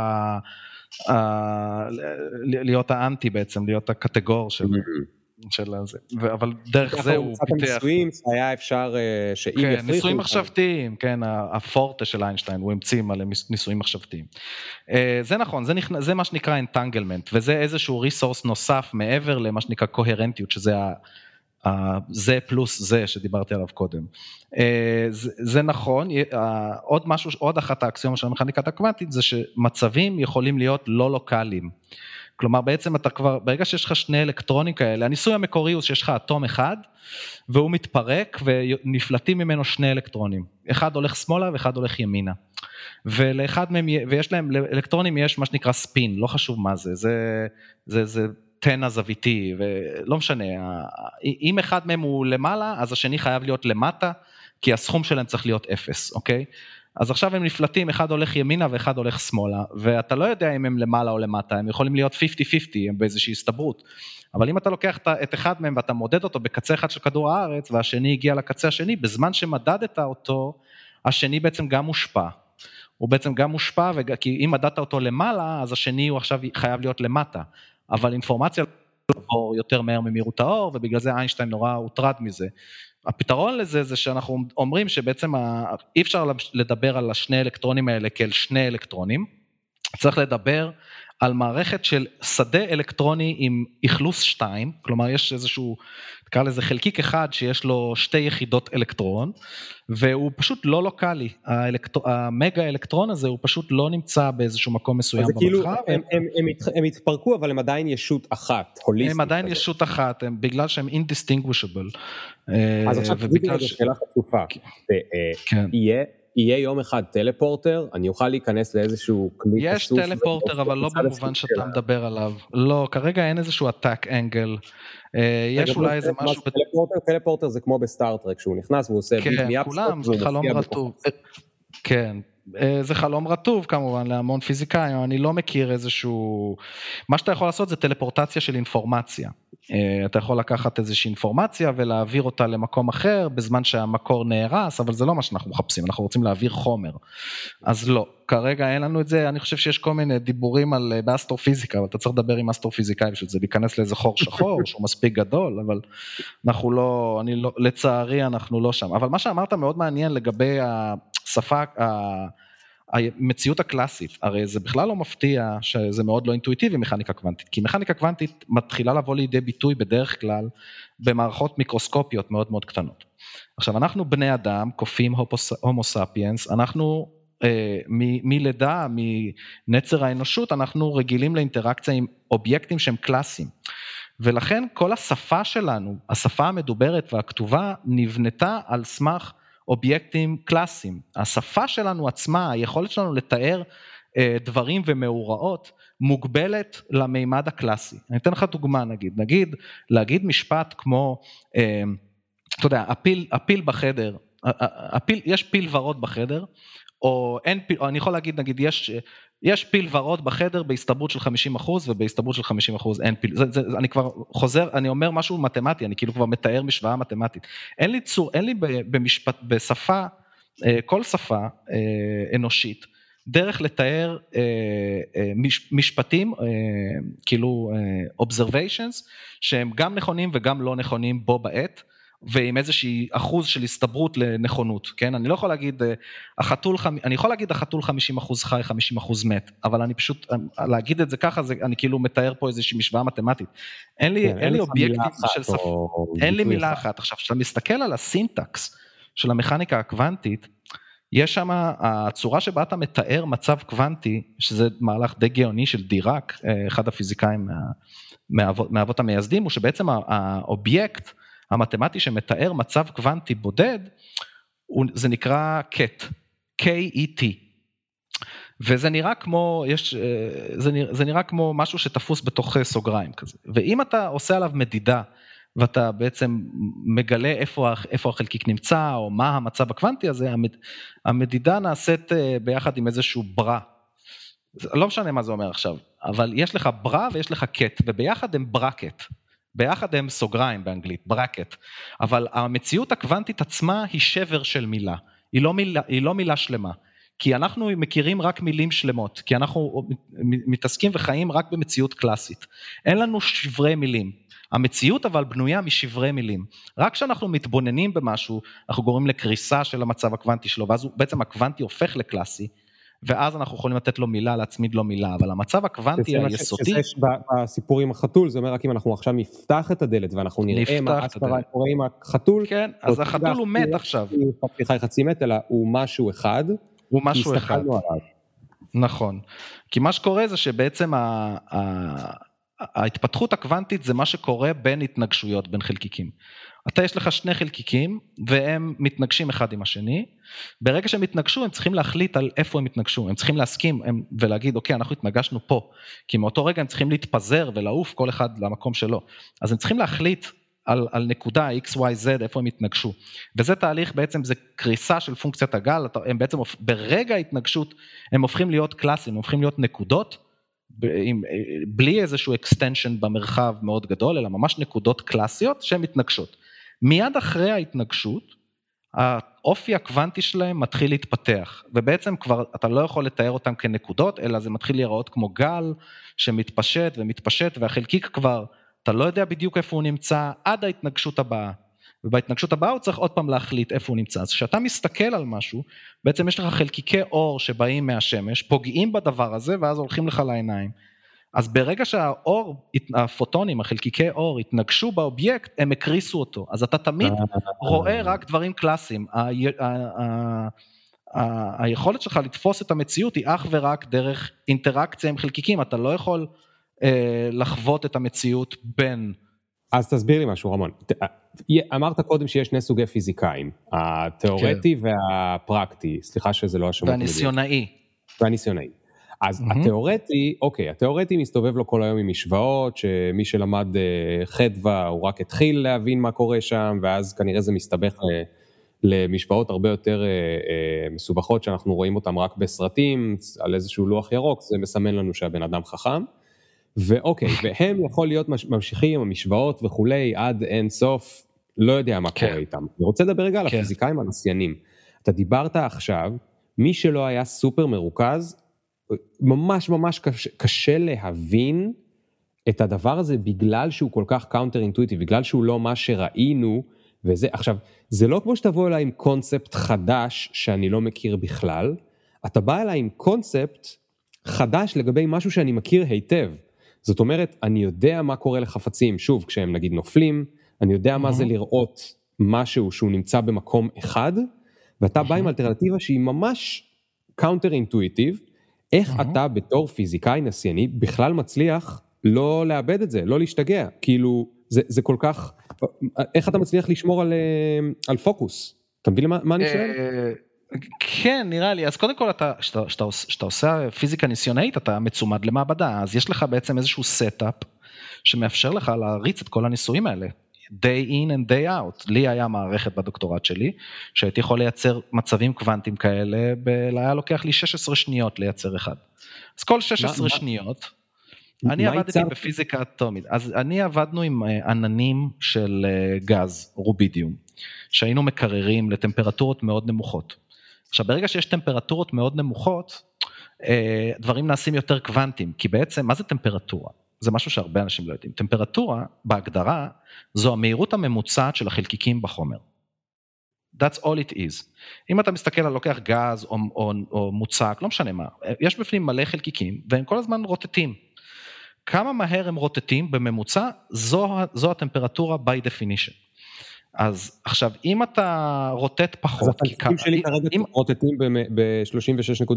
להיות האנטי בעצם, להיות הקטגור של זה, אבל דרך זה הוא פיתח. ניסויים היה אפשר שאם יפריחו. ניסויים מחשבתיים, כן, הפורטה של איינשטיין, הוא המציא מלא ניסויים מחשבתיים. זה נכון, זה מה שנקרא entanglement, וזה איזשהו ריסורס נוסף מעבר למה שנקרא קוהרנטיות, שזה זה פלוס זה שדיברתי עליו קודם. זה נכון, עוד אחת האקסיומה של המכניקת הקוונטית, זה שמצבים יכולים להיות לא לוקליים. כלומר, בעצם אתה כבר, ברגע שיש לך שני אלקטרונים כאלה, הניסוי המקורי הוא שיש לך אטום אחד, והוא מתפרק, ונפלטים ממנו שני אלקטרונים. אחד הולך שמאלה, ואחד הולך ימינה. ולאחד מהם, ויש להם, אלקטרונים יש מה שנקרא ספין, לא חשוב מה זה, זה תן הזוויתי, ולא משנה, אם אחד מהם הוא למעלה, אז השני חייב להיות למטה, כי הסכום שלהם צריך להיות 0, אוקיי? אז עכשיו הם נפלטים, אחד הולך ימינה ואחד הולך שמאלה, ואתה לא יודע אם הם למעלה או למטה, הם יכולים להיות 50-50, הם באיזושהי הסתברות, אבל אם אתה לוקח את אחד מהם ואתה מודד אותו בקצה אחד של כדור הארץ, והשני הגיע לקצה השני, בזמן שמדדת אותו, השני בעצם גם מושפע, הוא בעצם גם מושפע, כי אם מדדת אותו למעלה, אז השני הוא עכשיו חייב להיות למטה, אבל אינפורמציה עבור יותר מהר ממהירות האור, ובגלל זה איינשטיין נורא הוטרד מזה. הפתרון לזה זה שאנחנו אומרים שבעצם אי אפשר לדבר על השני אלקטרונים האלה כאל שני אלקטרונים, צריך לדבר על מערכת של שדה אלקטרוני עם אכלוס 2, כלומר יש איזשהו, תקרא לזה חלקיק אחד שיש לו שתי יחידות אלקטרון, והוא פשוט לא לוקלי, המגה אלקטרון הזה הוא פשוט לא נמצא באיזשהו מקום מסוים במרחב. הם התפרקו אבל הם עדיין ישות אחת, הוליסטית. הם עדיין ישות אחת, בגלל שהם indistinguishable. אז עכשיו תגידי רגע שאלה חצופה, יהיה יום אחד טלפורטר, אני אוכל להיכנס לאיזשהו כלי יש טלפורטר, אבל לא במובן שאתה מדבר עליו. לא, כרגע אין איזשהו attack angle. יש אולי איזה משהו... טלפורטר זה כמו בסטארטרק, שהוא נכנס והוא עושה ביט מי אפסטוק. כן, כולם, זה חלום רטוב. כן, זה חלום רטוב כמובן, להמון פיזיקאים, אני לא מכיר איזשהו... מה שאתה יכול לעשות זה טלפורטציה של אינפורמציה. אתה יכול לקחת איזושהי אינפורמציה ולהעביר אותה למקום אחר, בזמן שהמקור נהרס, אבל זה לא מה שאנחנו מחפשים, אנחנו רוצים להעביר חומר. אז לא, כרגע אין לנו את זה, אני חושב שיש כל מיני דיבורים על באסטרופיזיקה, אבל אתה צריך לדבר עם אסטרופיזיקאי, בשביל זה להיכנס לאיזה חור שחור, שהוא מספיק גדול, אבל אנחנו לא, לצערי אנחנו לא שם. אבל מה שאמרת מאוד מעניין לגבי השפה, המציאות הקלאסית, הרי זה בכלל לא מפתיע שזה מאוד לא אינטואיטיבי מכניקה קוונטית, כי מכניקה קוונטית מתחילה לבוא לידי ביטוי בדרך כלל במערכות מיקרוסקופיות מאוד מאוד קטנות. עכשיו אנחנו בני אדם, קופים הומו ספיאנס, אנחנו מלידה, מנצר האנושות, אנחנו רגילים לאינטראקציה עם אובייקטים שהם קלאסיים, ולכן כל השפה שלנו, השפה המדוברת והכתובה נבנתה על סמך אובייקטים קלאסיים. השפה שלנו עצמה, היכולת שלנו לתאר דברים ומאורעות, מוגבלת למימד הקלאסי. אני אתן לך דוגמה, נגיד להגיד משפט כמו, אתה יודע, הפיל בחדר, יש פיל ורוד בחדר, או אין פיל, או אני יכול להגיד, נגיד, יש פיל ורוד בחדר בהסתברות של 50%, ובהסתברות של 50% אין פיל. אני כבר חוזר, אני אומר משהו מתמטי, אני כאילו כבר מתאר משוואה מתמטית. אין לי במשפט, בשפה, כל שפה אנושית, דרך לתאר משפטים, כאילו observations, שהם גם נכונים וגם לא נכונים בו בעת, ועם איזושהי אחוז של הסתברות לנכונות, כן? אני לא יכול להגיד, אני יכול להגיד החתול 50% חי, 50% מת, אבל אני פשוט, להגיד את זה ככה, אני כאילו מתאר פה איזושהי משוואה מתמטית. אין לי אובייקטים של שפה, אין לי מילה אחת. עכשיו, כשאתה מסתכל על הסינטקס של המכניקה הקוונטית, יש שם, הצורה שבה אתה מתאר מצב קוונטי, שזה מהלך די גאוני של דיראק, אחד הפיזיקאים מהאבות המייסדים, הוא שבעצם האובייקט, המתמטי שמתאר מצב קוונטי בודד, זה נקרא KET, K-E-T, וזה נראה כמו, זה נראה כמו משהו שתפוס בתוך סוגריים כזה, ואם אתה עושה עליו מדידה, ואתה בעצם מגלה איפה החלקיק נמצא, או מה המצב הקוונטי הזה, המדידה נעשית ביחד עם איזשהו ברא, לא משנה מה זה אומר עכשיו, אבל יש לך ברא ויש לך KET, וביחד הם ברקט, ביחד הם סוגריים באנגלית, ברקט, אבל המציאות הקוונטית עצמה היא שבר של מילה, היא לא מילה שלמה, כי אנחנו מכירים רק מילים שלמות, כי אנחנו מתעסקים וחיים רק במציאות קלאסית, אין לנו שברי מילים, המציאות אבל בנויה משברי מילים, רק כשאנחנו מתבוננים במשהו, אנחנו גורמים לקריסה של המצב הקוונטי שלו, ואז בעצם הקוונטי הופך לקלאסי, ואז אנחנו יכולים לתת לו מילה, להצמיד לו מילה, אבל המצב הקוונטי היסודי... שזה בסיפור עם החתול, זה אומר רק אם אנחנו עכשיו נפתח את הדלת, ואנחנו נראה מה אספרה קורה עם החתול... כן, אז החתול הוא מת עכשיו. הוא חי חצי מת, אלא הוא משהו אחד. הוא משהו אחד. נכון. כי מה שקורה זה שבעצם ההתפתחות הקוונטית זה מה שקורה בין התנגשויות, בין חלקיקים. יש לך שני חלקיקים, והם מתנגשים אחד עם השני, ברגע שהם התנגשו, הם צריכים להחליט על איפה הם התנגשו, הם צריכים להסכים ולהגיד, אוקיי, אנחנו התנגשנו פה, כי מאותו רגע הם צריכים להתפזר ולעוף כל אחד למקום שלו, אז הם צריכים להחליט על נקודה x, y, z, איפה הם התנגשו, וזה תהליך בעצם, זה קריסה של פונקציית הגל, הם בעצם ברגע ההתנגשות, הם הופכים להיות קלאסים, הם הופכים להיות נקודות, בלי איזשהו extension במרחב מאוד גדול, אלא ממש נקודות קלאסיות שהן מתנגשות. מיד אחרי ההתנגשות, האופי הקוונטי שלהם מתחיל להתפתח, ובעצם כבר אתה לא יכול לתאר אותם כנקודות, אלא זה מתחיל להיראות כמו גל שמתפשט ומתפשט, והחלקיק כבר, אתה לא יודע בדיוק איפה הוא נמצא, עד ההתנגשות הבאה, ובהתנגשות הבאה הוא צריך עוד פעם להחליט איפה הוא נמצא, אז כשאתה מסתכל על משהו, בעצם יש לך חלקיקי אור שבאים מהשמש, פוגעים בדבר הזה, ואז הולכים לך לעיניים, אז ברגע שהאור, הפוטונים, החלקיקי אור, התנגשו באובייקט, הם הקריסו אותו, אז אתה תמיד רואה רק דברים קלאסיים, היכולת שלך לתפוס את המציאות, היא אך ורק דרך אינטראקציה עם חלקיקים, אתה לא יכול לחוות את המציאות בין... אז תסביר לי משהו, רמון, אמרת קודם שיש שני סוגי פיזיקאים, התיאורטי והפרקטי, סליחה שזה לא השמות. והניסיונאי. אז התיאורטי מסתובב לו כל היום עם משוואות, שמי שלמד חדווה הוא רק התחיל להבין מה קורה שם, ואז כנראה זה מסתבך למשוואות הרבה יותר מסובכות, שאנחנו רואים אותם רק בסרטים, על איזשהו לוח ירוק, זה מסמן לנו שהבן אדם חכם, ואוקיי, והם יכול להיות ממשיכים, המשוואות וכולי, עד אין סוף, לא יודע מה קורה איתם. אני רוצה לדבר רגע על הפיזיקאים הנסיינים. אתה דיברת עכשיו, מי שלא היה סופר מרוכז, ממש ממש קשה להבין את הדבר הזה, בגלל שהוא כל כך קאונטר אינטואיטיב, בגלל שהוא לא מה שראינו, וזה, עכשיו, זה לא כמו שתבוא אליי עם קונספט חדש, שאני לא מכיר בכלל, אתה בא אליי עם קונספט חדש לגבי משהו שאני מכיר היטב. זאת אומרת, אני יודע מה קורה לחפצים, שוב, כשהם נגיד נופלים, אני יודע מה זה לראות משהו שהוא נמצא במקום אחד, ואתה בא עם אלטרנטיבה שהיא ממש קאונטר אינטואיטיב, איך אתה בתור פיזיקאי נסייני בכלל מצליח לא לאבד את זה, לא להשתגע, כאילו זה כל כך, איך אתה מצליח לשמור על פוקוס? אתה מבין מה אני שואל? כן, נראה לי, אז קודם כל שאתה עושה פיזיקה ניסיונאית, אתה מצומד למעבדה, אז יש לך בעצם איזשהו סטאפ, שמאפשר לך להריץ את כל הניסויים האלה, day in and day out. לי היה מערכת בדוקטורט שלי, שהייתי יכול לייצר מצבים קוונטיים כאלה, היה לוקח לי 16 שניות לייצר אחד. אז כל 16 שניות, אני עבדתי בפיזיקה אטומית, אז אני עבדנו עם עננים של גז, רובידיום, שהיינו מקררים לטמפרטורות מאוד נמוכות. עכשיו, ברגע שיש טמפרטורות מאוד נמוכות, דברים נעשים יותר קוונטיים, כי בעצם, מה זה טמפרטורה? זה משהו שהרבה אנשים לא יודעים. טמפרטורה, בהגדרה, זו המהירות הממוצעת של החלקיקים בחומר. That's all it is. אם אתה מסתכל על לוקח גז או מוצק, לא משנה מה, יש בפנים מלא חלקיקים, והם כל הזמן רוטטים. כמה מהר הם רוטטים בממוצע, זו הטמפרטורה by definition. אז עכשיו, אם אתה רוטט פחות... אז החלקיקים שלי כרגע רוטטים ב-36.6?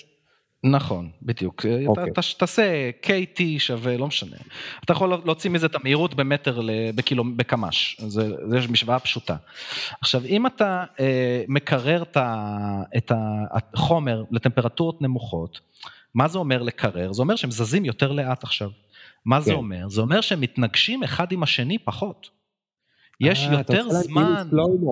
נכון, בדיוק. תעשה KT שווה, לא משנה. אתה יכול להוציא מזה את המהירות במטר בקמ"ש. זה משוואה פשוטה. עכשיו, אם אתה מקרר את החומר לטמפרטורות נמוכות, מה זה אומר לקרר? זה אומר שהם זזים יותר לאט עכשיו. מה זה אומר? זה אומר שהם מתנגשים אחד עם השני פחות. יש יותר זמן...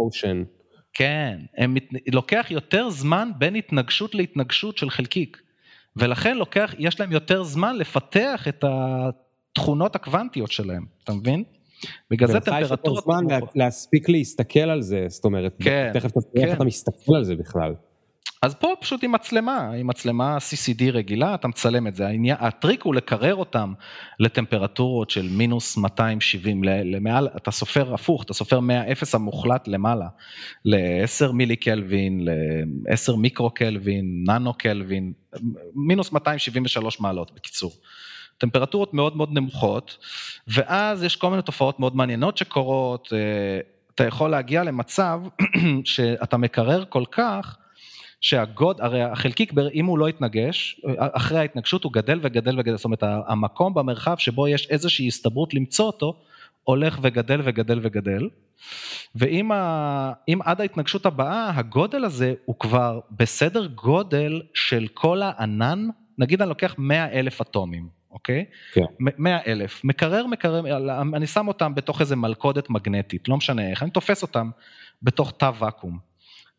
כן, לוקח יותר זמן בין התנגשות להתנגשות של חלקיק. ולכן יש להם יותר זמן לפתח את התכונות הקוונטיות שלהם, אתה מבין? בגלל זה טמפרטורות... יש זמן להספיק להסתכל על זה, זאת אומרת, תכף אתה מסתכל על זה בכלל. אז פה פשוט עם מצלמה CCD רגילה, אתה מצלם את זה, הטריק הוא לקרר אותם לטמפרטורות של מינוס 270, למעל, אתה סופר הפוך, אתה סופר מהאפס המוחלט למעלה, ל-10 מילי קלווין, ל-10 מיקרו קלווין, ננו קלווין, מינוס 273 מעלות בקיצור. טמפרטורות מאוד מאוד נמוכות, ואז יש כל מיני תופעות מאוד מעניינות שקורות, אתה יכול להגיע למצב שאתה מקרר כל כך, הרי החלקיק, אם הוא לא יתנגש, אחרי ההתנגשות הוא גדל וגדל וגדל, זאת אומרת, המקום במרחב שבו יש איזושהי הסתברות למצוא אותו, הולך וגדל וגדל וגדל, ואם עד ההתנגשות הבאה, הגודל הזה הוא כבר בסדר גודל של כל הענן, נגיד אני לוקח 100,000 אטומים, אוקיי? כן. 100,000, מקרר, אני שם אותם בתוך איזה מלכודת מגנטית, לא משנה איך, אני תופס אותם בתוך תא ואקום.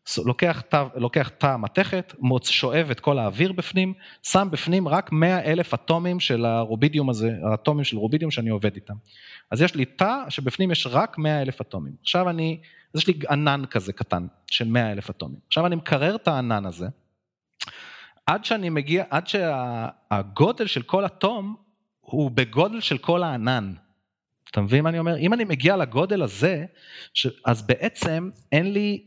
לוקח תא המתכת, שואב את כל האוויר בפנים, שם בפנים רק 100,000 אטומים של הרובידיום הזה, האטומים של רובידיום שאני עובד איתם. אז יש לי תא שבפנים יש רק 100,000 אטומים. עכשיו יש לי ענן כזה קטן של 100,000 אטומים. עכשיו אני מקרר את הענן הזה, עד שהגודל של כל אטום הוא בגודל של כל הענן. אתה מבין מה אני אומר? אם אני מגיע לגודל הזה, אז בעצם אין לי...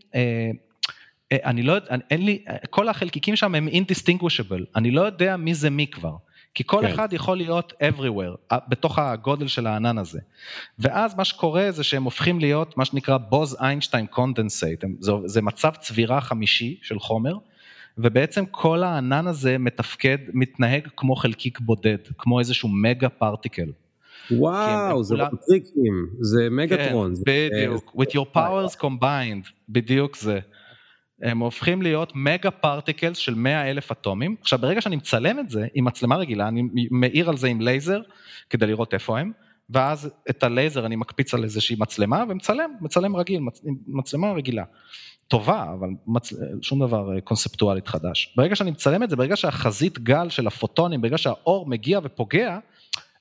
כל החלקיקים שם הם indistinguishable, אני לא יודע מי זה מי כבר, כי כל אחד יכול להיות everywhere, בתוך הגודל של הענן הזה, ואז מה שקורה זה שהם הופכים להיות מה שנקרא בוז-איינשטיין קונדנסייט, זה מצב צבירה חמישי של חומר, ובעצם כל הענן הזה מתנהג כמו חלקיק בודד, כמו איזשהו מגה פרטיקל. וואו, זה טריקים, זה מגטרון. בדיוק, with your powers combined, בדיוק זה. הם הופכים להיות מגה פרטיקלס של 100,000 אטומים. עכשיו, ברגע שאני מצלם את זה, עם מצלמה רגילה, אני מאיר על זה עם לייזר, כדי לראות איפה הם, ואז את הלייזר אני מקפיץ על איזושהי מצלמה, ומצלם רגיל, מצלמה רגילה. טובה, אבל שום דבר קונספטואלית חדש. ברגע שאני מצלם את זה, ברגע שהחזית גל של הפוטונים, ברגע שהאור מגיע ופוגע,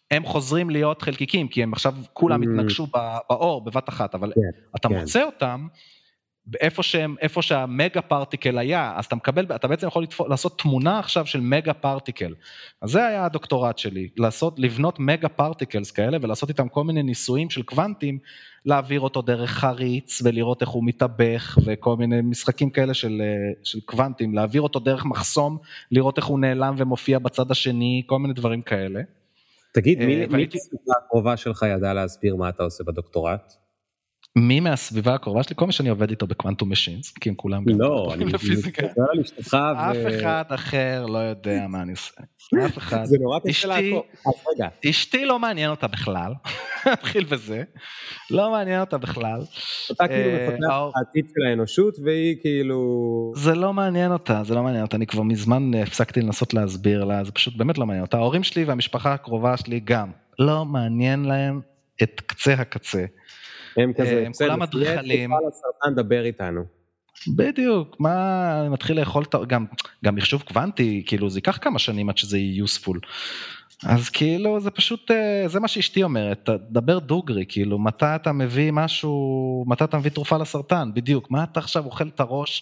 הם חוזרים להיות חלקיקים, כי הם עכשיו כולם התנגשו באור בבת אחת, אבל אתה מוצא אותם, איפה שהמגה פרטיקל היה, אז אתה בעצם יכול לעשות תמונה עכשיו של מגה פרטיקל, אז זה היה הדוקטורט שלי, לבנות מגה פרטיקלס כאלה, ולעשות איתם כל מיני ניסויים של קוונטים, להעביר אותו דרך חריץ, ולראות איך הוא מתאבך, וכל מיני משחקים כאלה של קוונטים, להעביר אותו דרך מחסום, לראות איך הוא נעלם ומופיע בצד השני, כל מיני דברים כאלה. תגיד, מי בסביבה הקרובה שלך ידע להסביר מה אתה עושה בדוקטורט? מי מהסביבה הקרובה שלי? כל מה שאני עובד איתו בקוונטום משינס, כי הם כולם גם טובים בפיזיקה. אף אחד אחר לא יודע מה אני עושה. אף אחד. זה נורא קשה לעקוב. אשתי לא מעניין אותה בכלל. נתחיל בזה. לא מעניין אותה בכלל. אתה כאילו מפתח העתיד של האנושות, והיא כאילו... זה לא מעניין אותה. אני כבר מזמן הפסקתי לנסות להסביר לה, זה פשוט באמת לא מעניין אותה. ההורים שלי והמשפחה הקרובה שלי גם. לא מעניין להם את קצה הקצה. הם כזה, הם כולם אדריכלים. הסרטן דבר איתנו. בדיוק, מה, אני מתחיל לאכול, גם מחשוב קוונטי, כאילו זה ייקח כמה שנים עד שזה יהיה useful. אז כאילו זה פשוט, זה מה שאשתי אומרת, דבר דוגרי, כאילו מתי אתה מביא משהו, מתי אתה מביא תרופה לסרטן, בדיוק, מה אתה עכשיו אוכל את הראש?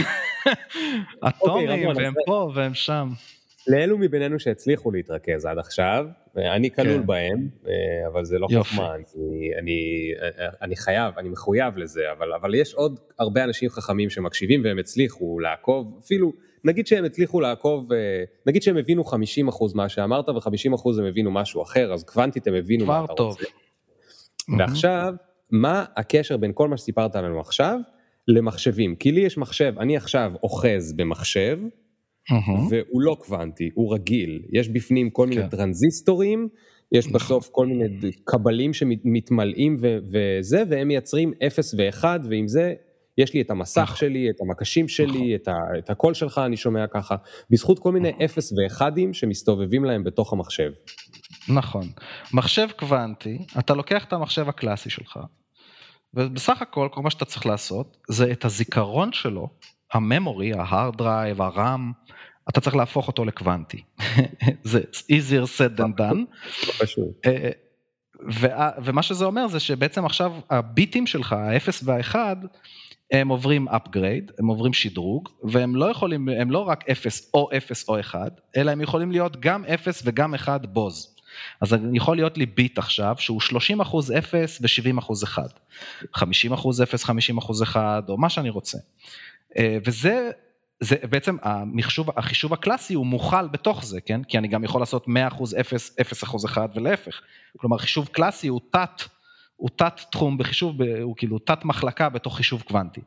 אטומים, והם פה והם שם. לאלו מבינינו שהצליחו להתרכז עד עכשיו, אני כלול בהם, אבל זה לא חוכמה, אני מחויב לזה, אבל יש עוד הרבה אנשים חכמים שמקשיבים והם הצליחו לעקוב, אפילו נגיד שהם הצליחו לעקוב, נגיד שהם הבינו 50% מה שאמרת, ו50% הם הבינו משהו אחר, אז קוונטית הם הבינו מה אתה רוצה. ועכשיו, מה הקשר בין כל מה שסיפרת לנו עכשיו, למחשבים? כי לי יש מחשב, אני עכשיו אוחז במחשב, והוא לא קוונטי, הוא רגיל, יש בפנים כל מיני טרנזיסטורים, יש בסוף כל מיני קבלים שמתמלאים וזה, והם מייצרים 0 ו-1, ועם זה יש לי את המסך שלי, את המקשים שלי, את הקול שלך אני שומע ככה, בזכות כל מיני 0 ו-1ים שמסתובבים להם בתוך המחשב. נכון, מחשב קוונטי, אתה לוקח את המחשב הקלאסי שלך, ובסך הכל כל מה שאתה צריך לעשות, זה את הזיכרון שלו, הממורי, ההארד דרייב, הרם, אתה צריך להפוך אותו לקוונטי. זה easier said than done. פשוט. ומה שזה אומר זה שבעצם עכשיו הביטים שלך, ה-0 וה-1, הם עוברים upgrade, הם עוברים שדרוג, והם לא יכולים, הם לא רק 0 או 0 או 1, אלא הם יכולים להיות גם 0 וגם 1 בוז. אז יכול להיות לי ביט עכשיו, שהוא 30% 0 ו-70% 1. 50% 0, 50% 1, או מה שאני רוצה. וזה בעצם החישוב הקלאסי הוא מוכל בתוך זה, כן? כי אני גם יכול לעשות 100% 0, 0% 1 ולהפך. כלומר, חישוב קלאסי הוא תת תחום בחישוב, הוא כאילו תת מחלקה בתוך חישוב קוונטי.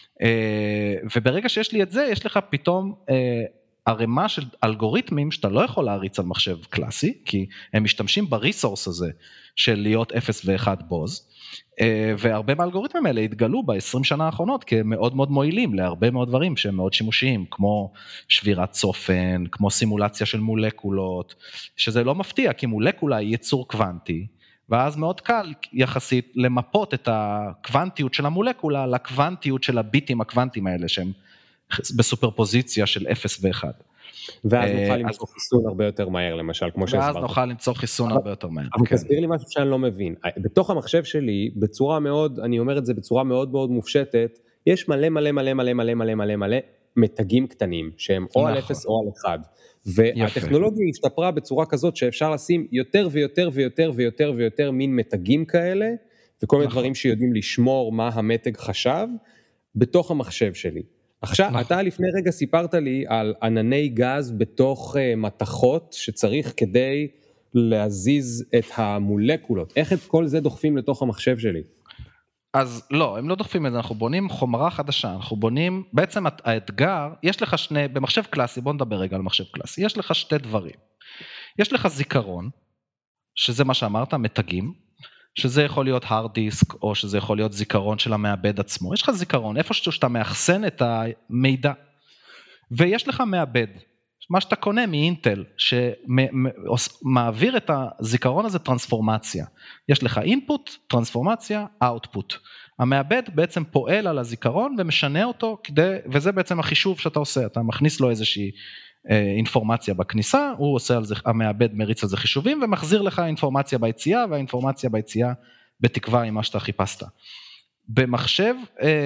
וברגע שיש לי את זה, יש לך פתאום הרמה של אלגוריתמים שאתה לא יכול להריץ על מחשב קלאסי, כי הם משתמשים בריסורס הזה של להיות 0 ו-1 בוז, והרבה מהאלגוריתמים האלה התגלו ב-20 שנה האחרונות כמאוד מאוד מועילים להרבה מאוד דברים שהם מאוד שימושיים, כמו שבירת צופן, כמו סימולציה של מולקולות, שזה לא מפתיע, כי מולקולה היא יצור קוונטי, ואז מאוד קל יחסית למפות את הקוונטיות של המולקולה לקוונטיות של הביטים הקוונטיים האלה, שהם בסופרפוזיציה של 0 ו-1. ואז נוכל למצוא חיסון הרבה יותר מהר, למשל, כמו שהסברת. ואז נוכל למצוא חיסון הרבה יותר מהר. אבל תסביר לי משהו שאני לא מבין. בתוך המחשב שלי, בצורה מאוד, אני אומר את זה בצורה מאוד מאוד מופשטת, יש מלא מלא מלא מלא מלא מלא מלא מלא מתגים קטנים, שהם או על 0 או על 1. והטכנולוגיה השתפרה בצורה כזאת, שאפשר לשים יותר ויותר ויותר ויותר ויותר מין מתגים כאלה, וכל מיני דברים שיודעים לשמור מה המתג חשב, בתוך המחשב שלי. עכשיו, אתה לפני רגע סיפרת לי על ענני גז בתוך מתכות שצריך כדי להזיז את המולקולות. איך את כל זה דוחפים לתוך המחשב שלי? אז לא, הם לא דוחפים את זה, אנחנו בונים חומרה חדשה, אנחנו בונים, בעצם האתגר, יש לך במחשב קלאסי, בוא נדבר רגע על מחשב קלאסי, יש לך שתי דברים. יש לך זיכרון, שזה מה שאמרת, מתגים, שזה יכול להיות hard disk, או שזה יכול להיות זיכרון של המעבד עצמו. יש לך זיכרון, איפה שאתה מאחסן את המידע. ויש לך מעבד, מה שאתה קונה מאינטל, שמעביר את הזיכרון הזה טרנספורמציה. יש לך input, טרנספורמציה, output. המעבד בעצם פועל על הזיכרון ומשנה אותו, וזה בעצם החישוב שאתה עושה. אתה מכניס לו איזושהי אינפורמציה בכניסה, הוא עושה על זה, המעבד מריץ על זה חישובים, ומחזיר לך אינפורמציה ביציאה, והאינפורמציה ביציאה בתקווה עם מה שאתה חיפשת. במחשב,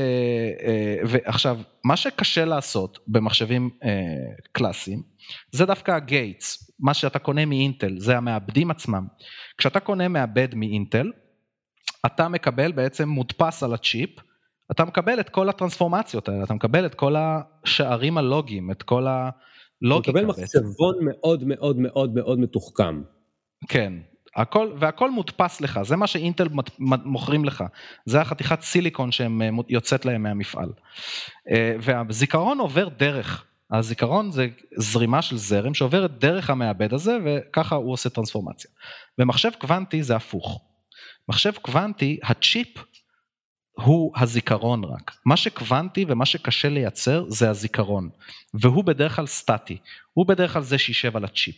ועכשיו, מה שקשה לעשות במחשבים קלאסיים, זה דווקא הגייטס, מה שאתה קונה מאינטל, זה המעבדים עצמם. כשאתה קונה מעבד מאינטל, אתה מקבל בעצם מודפס על הצ'יפ, אתה מקבל את כל הטרנספורמציות האלה, אתה מקבל את כל השערים הלוגיים, את כל הלוגיקה. אתה מקבל מחשבון מאוד מאוד מאוד מאוד מתוחכם. כן, והכל מודפס לך, זה מה שאינטל מוכרים לך, זה החתיכת סיליקון שהם יוצאת להם מהמפעל. והזיכרון עובר דרך, הזיכרון זה זרימה של זרם שעוברת דרך המעבד הזה, וככה הוא עושה טרנספורמציה. במחשב קוונטי זה הפוך. מחשב קוונטי, הצ'יפ הוא הזיכרון רק. מה שקוונטי ומה שקשה לייצר זה הזיכרון, והוא בדרך כלל סטטי, הוא בדרך כלל זה שישב על הצ'יפ.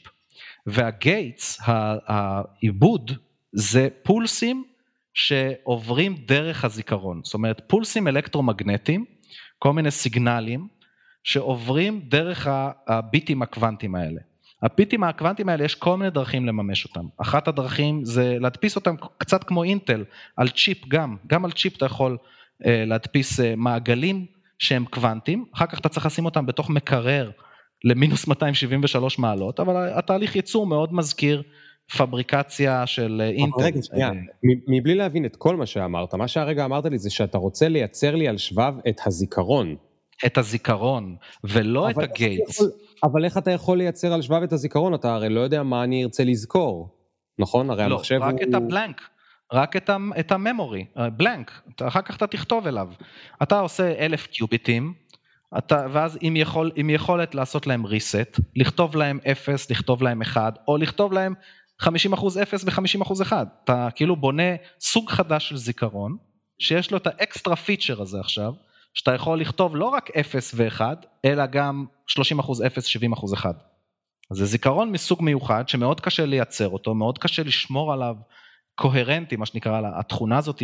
והגייטס, העיבוד, זה פולסים שעוברים דרך הזיכרון, זאת אומרת פולסים אלקטרומגנטיים, כל מיני סיגנלים, שעוברים דרך הביטים הקוונטיים האלה. הביטים הקוונטיים האלה יש כל מיני דרכים לממש אותם. אחת הדרכים זה להדפיס אותם קצת כמו אינטל, על צ'יפ גם על צ'יפ אתה יכול להדפיס מעגלים שהם קוונטיים, אחר כך אתה צריך לשים אותם בתוך מקרר למינוס 273 מעלות, אבל התהליך ייצור מאוד מזכיר פבריקציה של אינטל. רגע, שנייה, מבלי להבין את כל מה שאמרת, מה שהרגע אמרת לי זה שאתה רוצה לייצר לי על שבב את הזיכרון. את הזיכרון, ולא את הגייטס. אבל איך אתה יכול לייצר על שבב את הזיכרון? אתה הרי לא יודע מה אני ארצה לזכור, נכון? הרי המחשב לא, רק את הבלנק, רק את הממורי, בלנק, אחר כך אתה תכתוב אליו. אתה עושה 1000 קיוביטים, ואז עם יכולת לעשות להם reset, לכתוב להם 0, לכתוב להם 1, או לכתוב להם 50% 0 ו-50% 1. אתה כאילו בונה סוג חדש של זיכרון, שיש לו את האקסטרה פיצ'ר הזה עכשיו, שאתה יכול לכתוב לא רק 0 ו-1, אלא גם 30% 0, 70% 1. אז זה זיכרון מסוג מיוחד, שמאוד קשה לייצר אותו, מאוד קשה לשמור עליו קוהרנטי, מה שנקרא לה, התכונה הזאת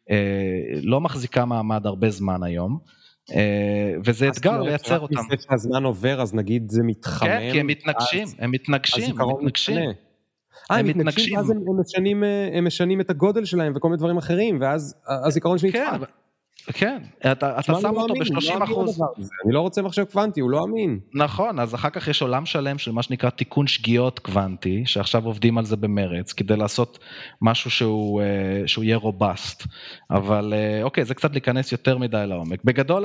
לא מחזיקה מעמד הרבה זמן היום, וזה אתגר לייצר אותם. אז לפני שהזמן עובר, אז נגיד זה מתחמם. כן, כי הם מתנגשים. הם מתנגשים, אז הם משנים את הגודל שלהם וכל מיני דברים אחרים, ואז הזיכרון שנצחק. כן, אתה שם אותו ב-30%. אני לא רוצה מחשב קוונטי, הוא לא אמין. נכון, אז אחר כך יש עולם שלם של מה שנקרא תיקון שגיאות קוונטי, שעכשיו עובדים על זה במרץ, כדי לעשות משהו שהוא יהיה רובסט. אבל אוקיי, זה קצת להיכנס יותר מדי לעומק. בגדול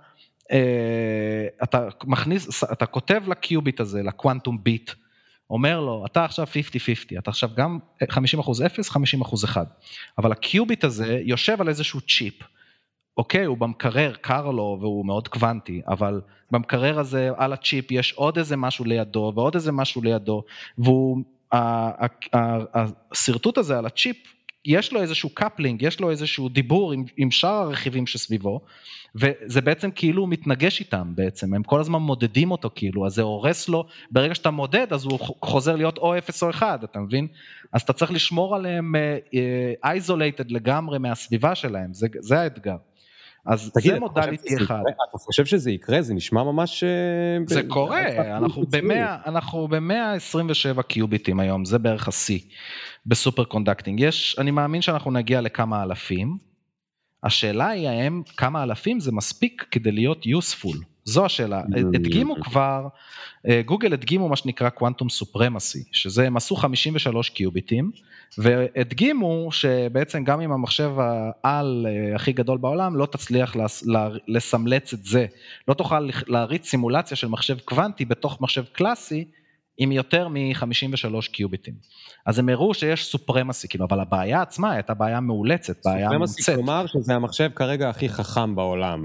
אתה כותב לקיוביט הזה, לקוונטום ביט, אומר לו, אתה עכשיו 50-50, אתה עכשיו גם 50% 0, 50% 1. אבל הקיוביט הזה יושב על איזשהו צ'יפ, אוקיי, הוא במקרר, קר לו, והוא מאוד קוונטי, אבל במקרר הזה, על הצ'יפ, יש עוד איזה משהו לידו, ועוד איזה משהו לידו, והסרטוט הזה על הצ'יפ, יש לו איזשהו קפלינג, יש לו איזשהו דיבור עם שאר הרכיבים שסביבו, וזה בעצם כאילו מתנגש איתם בעצם, הם כל הזמן מודדים אותו כאילו, אז זה הורס לו, ברגע שאתה מודד, אז הוא חוזר להיות או 0 או 1, אתה מבין? אז אתה צריך לשמור עליהם isolated לגמרי מהסביבה שלהם, זה האתגר. אז זה מודליטי אחד. אתה חושב שזה יקרה? זה נשמע ממש... זה קורה, אנחנו ב-127 קיוביטים היום, זה בערך ה-C בסופר קונדקטינג. אני מאמין שאנחנו נגיע לכמה אלפים, השאלה היא האם כמה אלפים זה מספיק כדי להיות useful, זו השאלה. הדגימו כבר, גוגל הדגימו מה שנקרא קוונטום סופרמסי, שזה הם עשו 53 קיוביטים, והדגימו שבעצם גם אם המחשב העל הכי גדול בעולם, לא תצליח לסמלץ את זה, לא תוכל להריץ סימולציה של מחשב קוונטי בתוך מחשב קלאסי, עם יותר מ-53 קיוביטים. אז הם הראו שיש סופרמסי, אבל הבעיה עצמה הייתה בעיה מאולצת, בעיה מומצאת. סופרמסי כלומר שזה המחשב כרגע הכי חכם בעולם.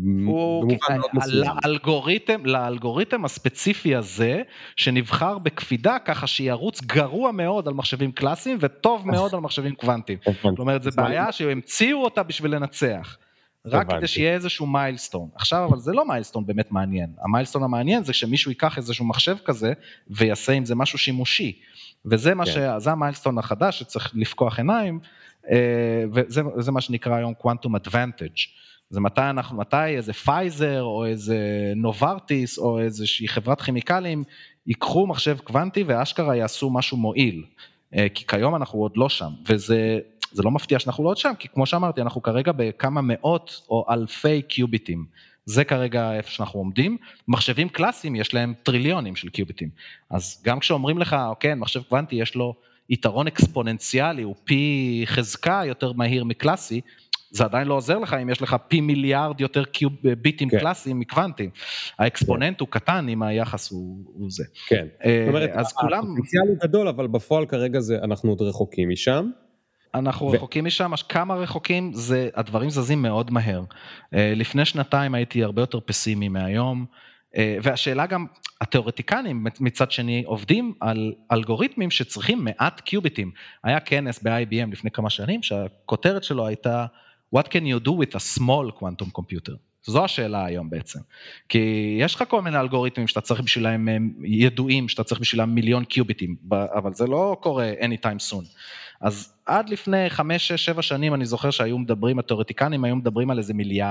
לאלגוריתם הספציפי הזה, שנבחר בקפידה, ככה שירוץ גרוע מאוד על מחשבים קלאסיים, וטוב מאוד על מחשבים קוונטיים. זאת אומרת, זו בעיה שהמציאו אותה בשביל לנצח. רק כדי שיהיה איזשהו מיילסטון. עכשיו, אבל זה לא מיילסטון באמת מעניין. המיילסטון המעניין זה שמישהו ייקח איזשהו מחשב כזה, ויעשה עם זה משהו שימושי. וזה זה המיילסטון החדש שצריך לפקוח עיניים, וזה מה שנקרא היום Quantum Advantage. זה מתי איזה פייזר, או איזה נוברטיס, או איזושהי חברת כימיקלים, ייקחו מחשב קוונטי, ואשכרה יעשו משהו מועיל, כי כיום אנחנו עוד לא שם, וזה לא מפתיע שאנחנו לא עוד שם, כי כמו שאמרתי, אנחנו כרגע בכמה מאות או אלפי קיוביטים, זה כרגע איפה שאנחנו עומדים, מחשבים קלאסיים יש להם טריליונים של קיוביטים, אז גם כשאומרים לך, אוקיי, מחשב קוונטי יש לו יתרון אקספוננציאלי, הוא פי חזקה יותר מהיר מקלאסי, זה עדיין לא עוזר לך אם יש לך פי מיליארד יותר ביטים קלאסיים מקוונטים, האקספוננט הוא קטן אם היחס הוא זה. כן, זאת אומרת, הפוטנציאל הוא גדול, אבל בפועל כרגע אנחנו עוד רחוקים משם, אנחנו רחוקים משם, כמה רחוקים, הדברים זזים מאוד מהר. לפני שנתיים הייתי הרבה יותר פסימי מהיום, והשאלה גם, התיאורטיקנים מצד שני עובדים על אלגוריתמים שצריכים מעט קיוביטים. היה כנס ב-IBM לפני כמה שנים, שהכותרת שלו הייתה, What can you do with a small quantum computer? זו השאלה היום בעצם. כי יש לך כל מיני אלגוריתמים שאתה צריך בשבילם ידועים, שאתה צריך בשבילם מיליון קיוביטים, אבל זה לא קורה anytime soon. אז עד לפני 5, 6, 7 שנים אני זוכר שהיו מדברים, התיאורטיקנים היו מדברים על איזה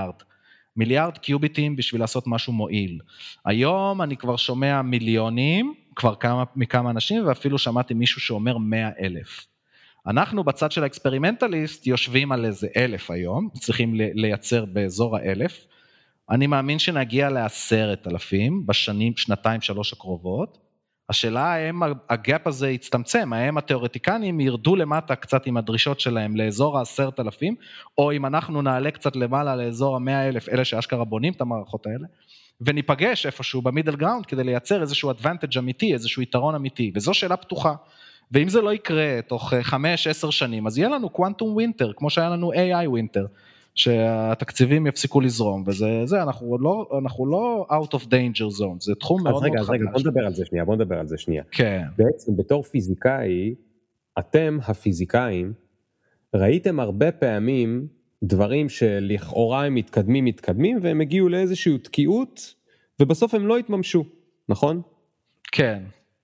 מיליארד קיוביטים בשביל לעשות משהו מועיל. היום אני כבר שומע מיליונים, כבר מכמה אנשים, ואפילו שמעתי מישהו שאומר 100,000. אנחנו בצד של האקספרימנטליסט יושבים על איזה 1,000 היום, צריכים לייצר באזור 1,000, אני מאמין שנגיע ל10,000 בשנים, 2-3 הקרובות, השאלה האם הגאפ הזה יצטמצם, האם התיאורטיקנים ירדו למטה קצת עם הדרישות שלהם לאזור 10,000, או אם אנחנו נעלה קצת למעלה לאזור 100,000, אלה שאשכרה בונים את המערכות האלה, וניפגש איפשהו במידל גראונד, כדי לייצר איזשהו advantage אמיתי, איזשהו יתרון אמיתי, וזו שאלה פתוחה, ואם זה לא יקרה תוך 5-10 שנים, אז יהיה לנו quantum winter, כמו שהיה לנו AI winter, שהתקציבים יפסיקו לזרום, וזה, אנחנו לא out of danger zone, זה תחום מאוד מאוד חדש. אז רגע, בוא נדבר על זה שנייה. כן. בעצם בתור פיזיקאי, אתם הפיזיקאים, ראיתם הרבה פעמים דברים שלכאורה הם מתקדמים, והם הגיעו לאיזושהי תקיעות, ובסוף הם לא התממשו, נכון? כן.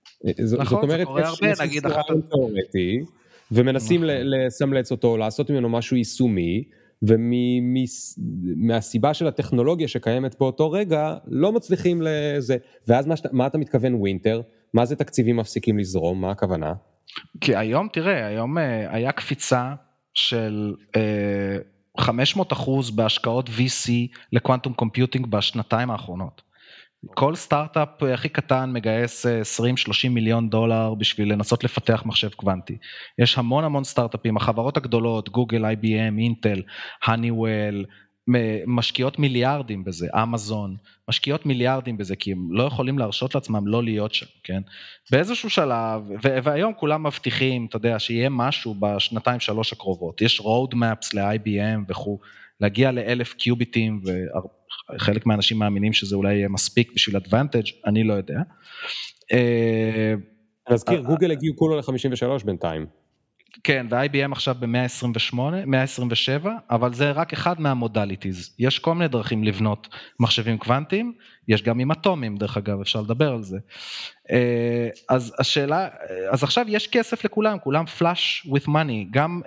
זאת אומרת, יש סירון תיאורטי, ומנסים לסמלץ אותו, לעשות ממנו משהו יישומי, ומהסיבה של הטכנולוגיה שקיימת באותו רגע, לא מצליחים לזה. ואז מה אתה מתכוון ווינטר? מה זה תקציבים מפסיקים לזרום? מה הכוונה? כי היום, תראה, היום היה קפיצה של 500% בהשקעות VC לקוונטום קומפיוטינג בשנתיים האחרונות. כל סטארט-אפ הכי קטן מגייס 20-30 מיליון דולר בשביל לנסות לפתח מחשב קוונטי. יש המון סטארט-אפים, החברות הגדולות, גוגל, IBM, אינטל, הניוול, משקיעות מיליארדים בזה, אמזון, משקיעות מיליארדים בזה, כי הם לא יכולים להרשות לעצמם לא להיות שם, כן? באיזשהו שלב, והיום כולם מבטיחים, אתה יודע, שיהיה משהו ב2-3 הקרובות, יש road maps ל-IBM וכו', להגיע ל1,000 קיוביטים, וחלק מהאנשים מאמינים שזה אולי יהיה מספיק בשביל advantage, אני לא יודע. נזכיר, גוגל הגיעו כולו ל-53 בינתיים. כן, ו-IBM עכשיו ב-128, 127, אבל זה רק אחד מהמודליטיז. יש כל מיני דרכים לבנות מחשבים קוונטיים, יש גם עם אטומים, דרך אגב, אפשר לדבר על זה. אז השאלה, אז עכשיו יש כסף לכולם, כולם flush with money, גם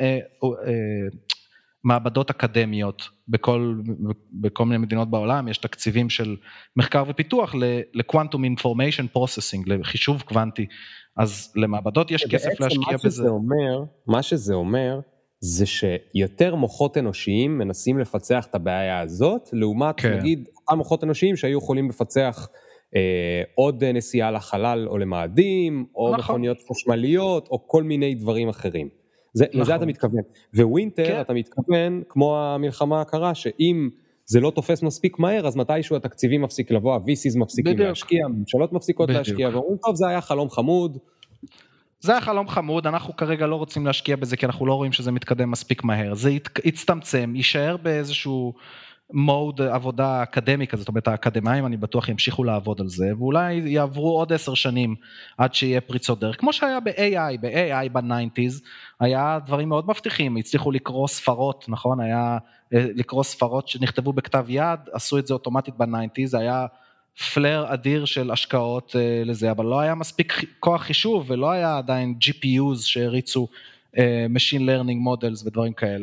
מעבדות אקדמיות בכל מיני מדינות בעולם, יש תקציבים של מחקר ופיתוח ל-quantum information processing, לחישוב קוונטי, אז למעבדות יש כסף להשקיע בזה. מה שזה אומר, זה שיותר מוחות אנושיים מנסים לפצח את הבעיה הזאת, לעומת נגיד המוחות אנושיים שהיו יכולים לפצח עוד נסיעה לחלל או למאדים, או מכוניות חשמליות, או כל מיני דברים אחרים. לזה אתה מתכוון. ווינטר אתה מתכוון, כמו המלחמה הקרה, שאם זה לא תופס מספיק מהר, אז מתישהו התקציבים מפסיק לבוא, ה-VCs מפסיקים להשקיע, הממשלות מפסיקות להשקיע, ואומרים, טוב, זה היה חלום חמוד. זה היה חלום חמוד, אנחנו כרגע לא רוצים להשקיע בזה, כי אנחנו לא רואים שזה מתקדם מספיק מהר. זה יצטמצם, יישאר באיזשהו מוד עבודה אקדמי כזה, זאת אומרת, האקדמיים אני בטוח ימשיכו לעבוד על זה, ואולי יעברו עוד 10 שנים עד שיהיה פריצות דרך, כמו שהיה ב-AI ב-90s, היה דברים מאוד מבטיחים, הצליחו לקרוא ספרות, נכון? היה לקרוא ספרות שנכתבו בכתב יד, עשו את זה אוטומטית ב-90s, היה פלר אדיר של השקעות לזה, אבל לא היה מספיק כוח חישוב, ולא היה עדיין GPUs שהריצו Machine Learning Models ודברים כאלה,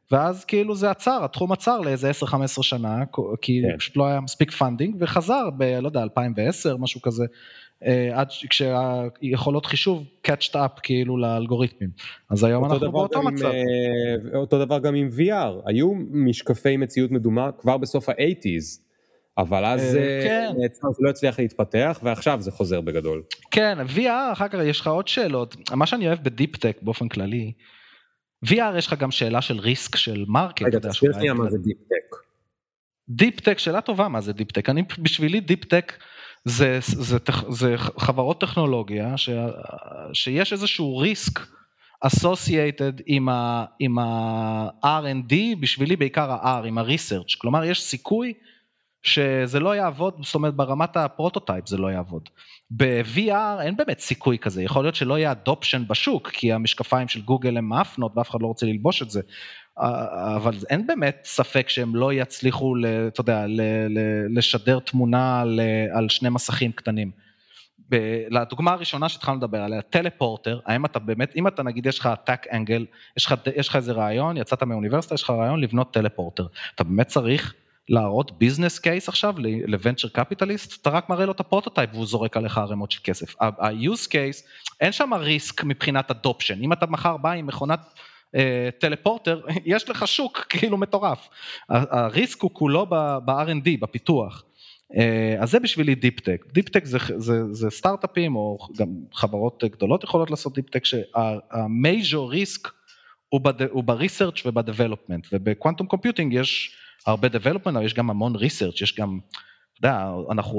ואז כאילו זה עצר, התחום עצר לאיזה 10-15 שנה, כי פשוט לא היה מספיק פנדינג, וחזר לא יודע, 2010, משהו כזה, עד כשהיכולות חישוב catched up כאילו לאלגוריתמים. אז היום אנחנו באותו מצב. אותו דבר גם עם VR, היו משקפי מציאות מדומה כבר בסוף ה-80s, אבל אז זה לא הצליח להתפתח, ועכשיו זה חוזר בגדול. כן, VR, אחר כך יש לך עוד שאלות, מה שאני אוהב בדיפ-טק באופן כללי, VR יש לך גם שאלה של ריסק, של מרקט. רגע, תסביר שנייה מה זה דיפ-טק. דיפ-טק, שאלה טובה מה זה דיפ-טק, בשבילי דיפ-טק זה חברות טכנולוגיה, שיש איזשהו ריסק associated עם ה-R&D, בשבילי בעיקר ה-R, עם ה-research, כלומר יש סיכוי שזה לא יעבוד, זאת אומרת ברמת הפרוטוטייפ זה לא יעבוד. ב-VR אין באמת סיכוי כזה, יכול להיות שלא יהיה adoption בשוק, כי המשקפיים של גוגל הם מאפנות, ואף אחד לא רוצה ללבוש את זה, אבל אין באמת ספק שהם לא יצליחו, אתה יודע, לשדר תמונה על שני מסכים קטנים. לדוגמה הראשונה שהתחלנו לדבר עליה, טלפורטר, האם אתה באמת, אם אתה נגיד יש לך attack angle, יש לך איזה רעיון, יצאת מהאוניברסיטה, יש לך רעיון לבנות טלפורטר, אתה באמת צריך להראות ביזנס קייס עכשיו לוונצ'ר קפיטליסט, אתה רק מראה לו את הפרוטוטייפ והוא זורק עליך ערימות של כסף. ה-use case, אין שם ריסק מבחינת adoption, אם אתה מחר בא עם מכונת טלפורטר, יש לך שוק כאילו מטורף. הריסק הוא כולו ב-R&D, בפיתוח. אז זה בשבילי דיפ-טק. דיפ-טק זה סטארט-אפים, או גם חברות גדולות יכולות לעשות דיפ-טק, שה-major risk הוא ב-research וב-development, ובקוונטום קומפיוטינג יש הרבה development, אבל יש גם המון research, יש גם, אתה יודע,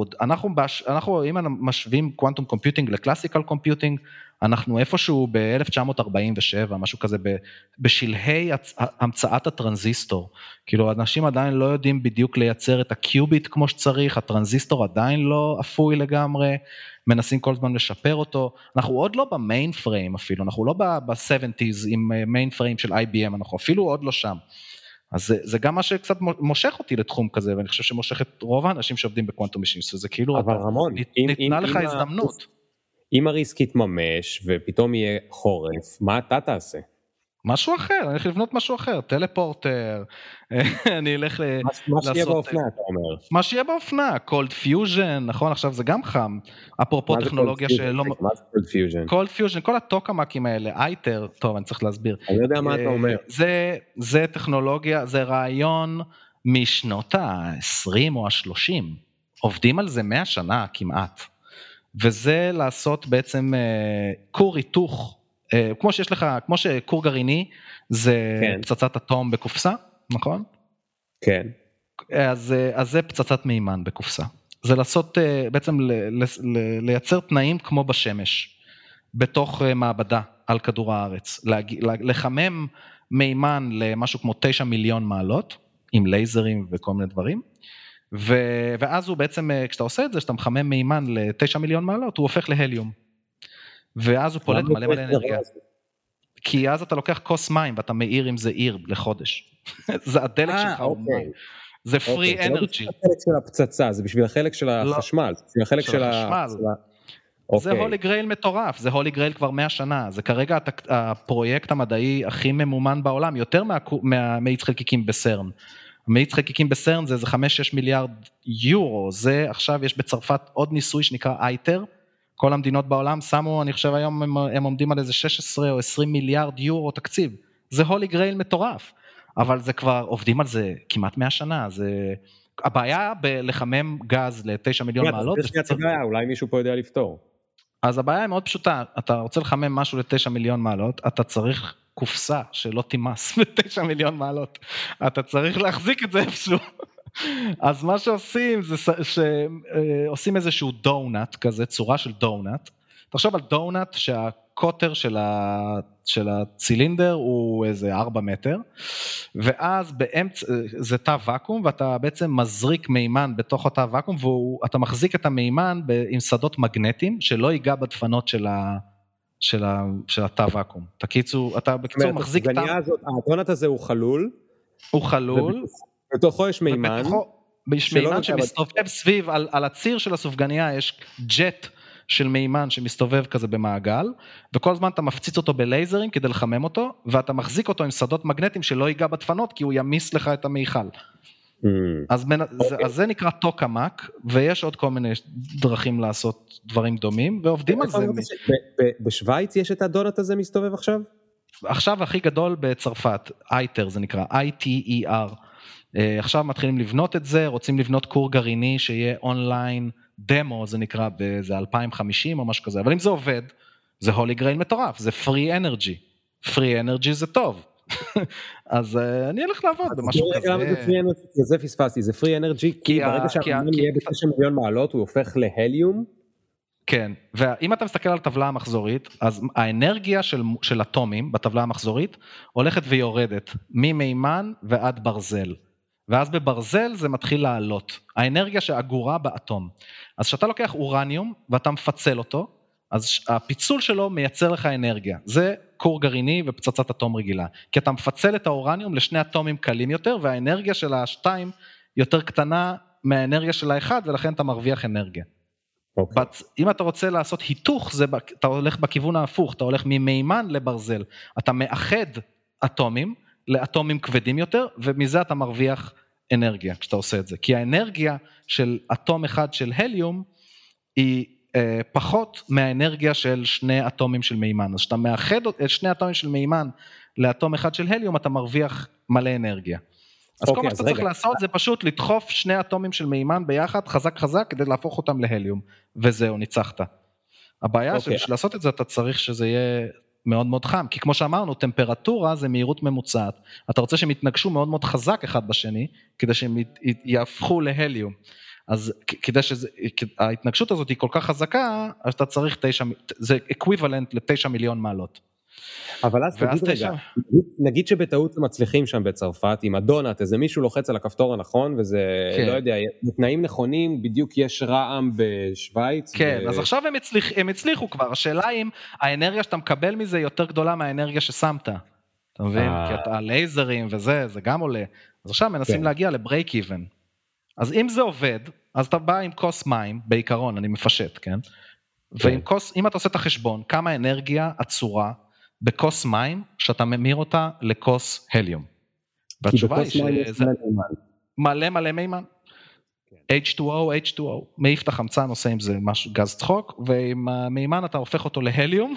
אנחנו אם אנחנו משווים קוונטום קומפיוטינג לקלאסיקל קומפיוטינג, אנחנו איפשהו ב-1947, משהו כזה, בשלהי המצאת הטרנזיסטור, כאילו אנשים עדיין לא יודעים בדיוק לייצר את הקיוביט כמו שצריך, הטרנזיסטור עדיין לא אפוי לגמרי, מנסים כל הזמן לשפר אותו, אנחנו עוד לא במיין פריים אפילו, אנחנו לא ב-70s עם מיין פריים של IBM, אנחנו אפילו עוד לא שם, אז זה גם מה שקצת מושך אותי לתחום כזה, ואני חושב שמושך את רוב האנשים שעובדים בקוונטום משינס, וזה כאילו, אבל רמון, ניתנה לך הזדמנות. אם הריסק יתממש, ופתאום יהיה חורף, מה אתה תעשה? משהו אחר, אני הולך לבנות משהו אחר, טלפורטר, אני אלך מה שיהיה באופנה, אתה אומר. מה שיהיה באופנה, cold fusion, נכון, עכשיו זה גם חם, אפרופו טכנולוגיה שלא... מה זה cold fusion? cold fusion, כל הטוקמקים האלה, אייטר, טוב, אני צריך להסביר. אני לא יודע מה אתה אומר. זה טכנולוגיה, זה רעיון משנות ה-20 או ה-30, עובדים על זה 100 שנה כמעט, וזה לעשות בעצם כור היתוך, כמו שיש לך, כמו שכור גרעיני, זה פצצת אטום בקופסה, נכון? כן. אז זה פצצת מימן בקופסה. זה לעשות, בעצם לייצר תנאים כמו בשמש, בתוך מעבדה על כדור הארץ, לחמם מימן למשהו כמו 9 מיליון מעלות, עם לייזרים וכל מיני דברים, ואז הוא בעצם, כשאתה עושה את זה, שאתה מחמם מימן ל9 מיליון מעלות, הוא הופך להליום. ואז הוא פולט מלא אנרגיה. כי אז אתה לוקח כוס מים, ואתה מאיר עם זה עיר לחודש. זה הדלק שלך. זה free energy. זה לא בשביל החלק של הפצצה, זה בשביל החלק של החשמל. זה בשביל החלק של החשמל. זה הולי גרייל מטורף, זה הולי גרייל כבר 100 שנה, זה כרגע הפרויקט המדעי הכי ממומן בעולם, יותר מהמאיץ חלקיקים בסרן. המאיץ חלקיקים בסרן זה 5-6 מיליארד יורו, זה עכשיו יש בצרפת עוד ניסוי שנקרא אייטר, כל המדינות בעולם שמו, אני חושב היום הם עומדים על איזה 16 או 20 מיליארד יורו תקציב, זה הולי גרייל מטורף, אבל זה כבר עובדים על זה כמעט 100 שנה, זה... הבעיה בלחמם גז ל9 מיליון מעלות, אולי מישהו פה יודע לפתור. אז הבעיה היא מאוד פשוטה, אתה רוצה לחמם משהו ל9 מיליון מעלות, אתה צריך קופסה שלא תימס ב9 מיליון מעלות, אתה צריך להחזיק את זה איפשהו, אז מה שעושים זה שעושים איזשהו דונט כזה, צורה של דונט, תחשוב על דונט שהקוטר של הצילינדר הוא איזה 4 מטר, ואז באמצע, זה תא ואקום, ואתה בעצם מזריק מימן בתוך התא ואקום, ואתה מחזיק את המימן עם שדות מגנטיים, שלא ייגע בדפנות של התא ואקום. אתה בקיצור מחזיק תא... הדונט הזה הוא חלול? הוא חלול. בתוכו יש מימן. יש מימן שמסתובב סביב, על הציר של הסופגניה יש ג'ט של מימן שמסתובב כזה במעגל, וכל הזמן אתה מפציץ אותו בלייזרים כדי לחמם אותו, ואתה מחזיק אותו עם שדות מגנטיים שלא ייגע בדפנות, כי הוא ימיס לך את המיכל. אז זה נקרא טוקמק, ויש עוד כל מיני דרכים לעשות דברים דומים, ועובדים על זה. בשוויץ יש את הדונט הזה מסתובב עכשיו? עכשיו הכי גדול בצרפת, אייטר זה נקרא, ITER. עכשיו מתחילים לבנות את זה, רוצים לבנות קור גרעיני שיהיה אונליין דמו, זה נקרא באיזה 2050 או משהו כזה, אבל אם זה עובד, זה הולי גרייל מטורף, זה free energy. free energy זה טוב. אז אני אלך לעבוד במשהו כזה. למה זה free energy? זה פספסתי, זה free energy, כי ברגע שהממן יהיה ב9 מיליון מעלות, הוא הופך להליום? כן, ואם אתה מסתכל על הטבלה המחזורית, אז האנרגיה של אטומים בטבלה המחזורית, הולכת ויורדת, ממימן ועד ברזל. ואז בברזל זה מתחיל לעלות. האנרגיה שאגורה באטום. אז כשאתה לוקח אורניום, ואתה מפצל אותו, אז הפיצול שלו מייצר לך אנרגיה. זה קור גרעיני ופצצת אטום רגילה. כי אתה מפצל את האורניום לשני אטומים קלים יותר, והאנרגיה של השתיים יותר קטנה מהאנרגיה של האחד, ולכן אתה מרוויח אנרגיה. אם אתה רוצה לעשות היתוך, אתה הולך בכיוון ההפוך, אתה הולך ממימן לברזל. אתה מאחד אטומים לאטומים כבדים יותר, ומזה אתה מרוויח אנרגיה כשאתה עושה את זה. כי האנרגיה של אטום אחד של הליום, היא פחות מהאנרגיה של שני אטומים של מימן. אז כשאתה מאחד את שני אטומים של מימן לאטום אחד של הליום, אתה מרוויח מלא אנרגיה. אז כל מה שאתה צריך לעשות זה פשוט לדחוף שני אטומים של מימן ביחד, חזק חזק, כדי להפוך אותם להליום, וזהו, ניצחת. הבעיה של לעשות את זה, אתה צריך שזה יהיה מאוד מאוד חם, כי כמו שאמרנו, טמפרטורה זה מהירות ממוצעת, אתה רוצה שהם יתנגשו מאוד מאוד חזק אחד בשני, כדי שהם יהפכו להליום, אז כדי שההתנגשות הזאת היא כל כך חזקה, אז אתה צריך זה אקוויוולנט ל9 מיליון מעלות. אבל אז תגיד רגע, נגיד שבטעות הם מצליחים שם בצרפת, עם הדונט, איזה מישהו לוחץ על הכפתור הנכון, וזה, לא יודע, בתנאים נכונים, בדיוק יש רעם בשוויץ. כן, אז עכשיו הם הצליחו כבר, השאלה אם האנרגיה שאתה מקבל מזה יותר גדולה מהאנרגיה ששמת, אתה מבין? כי הלייזרים וזה, זה גם עולה, אז עכשיו מנסים להגיע לברייק איבן, אז אם זה עובד, אז אתה בא עם כוס מים, בעיקרון, אני מפשט, כן? ואם אתה עושה את החשבון, כמה אנרגיה עצורה, בכוס מים, שאתה ממיר אותה לכוס הליום. והתשובה היא שזה מלא מלא מימן. H2O, מעיף את החמצן, עושה עם זה משהו גז צחוק, ועם המימן אתה הופך אותו להליום,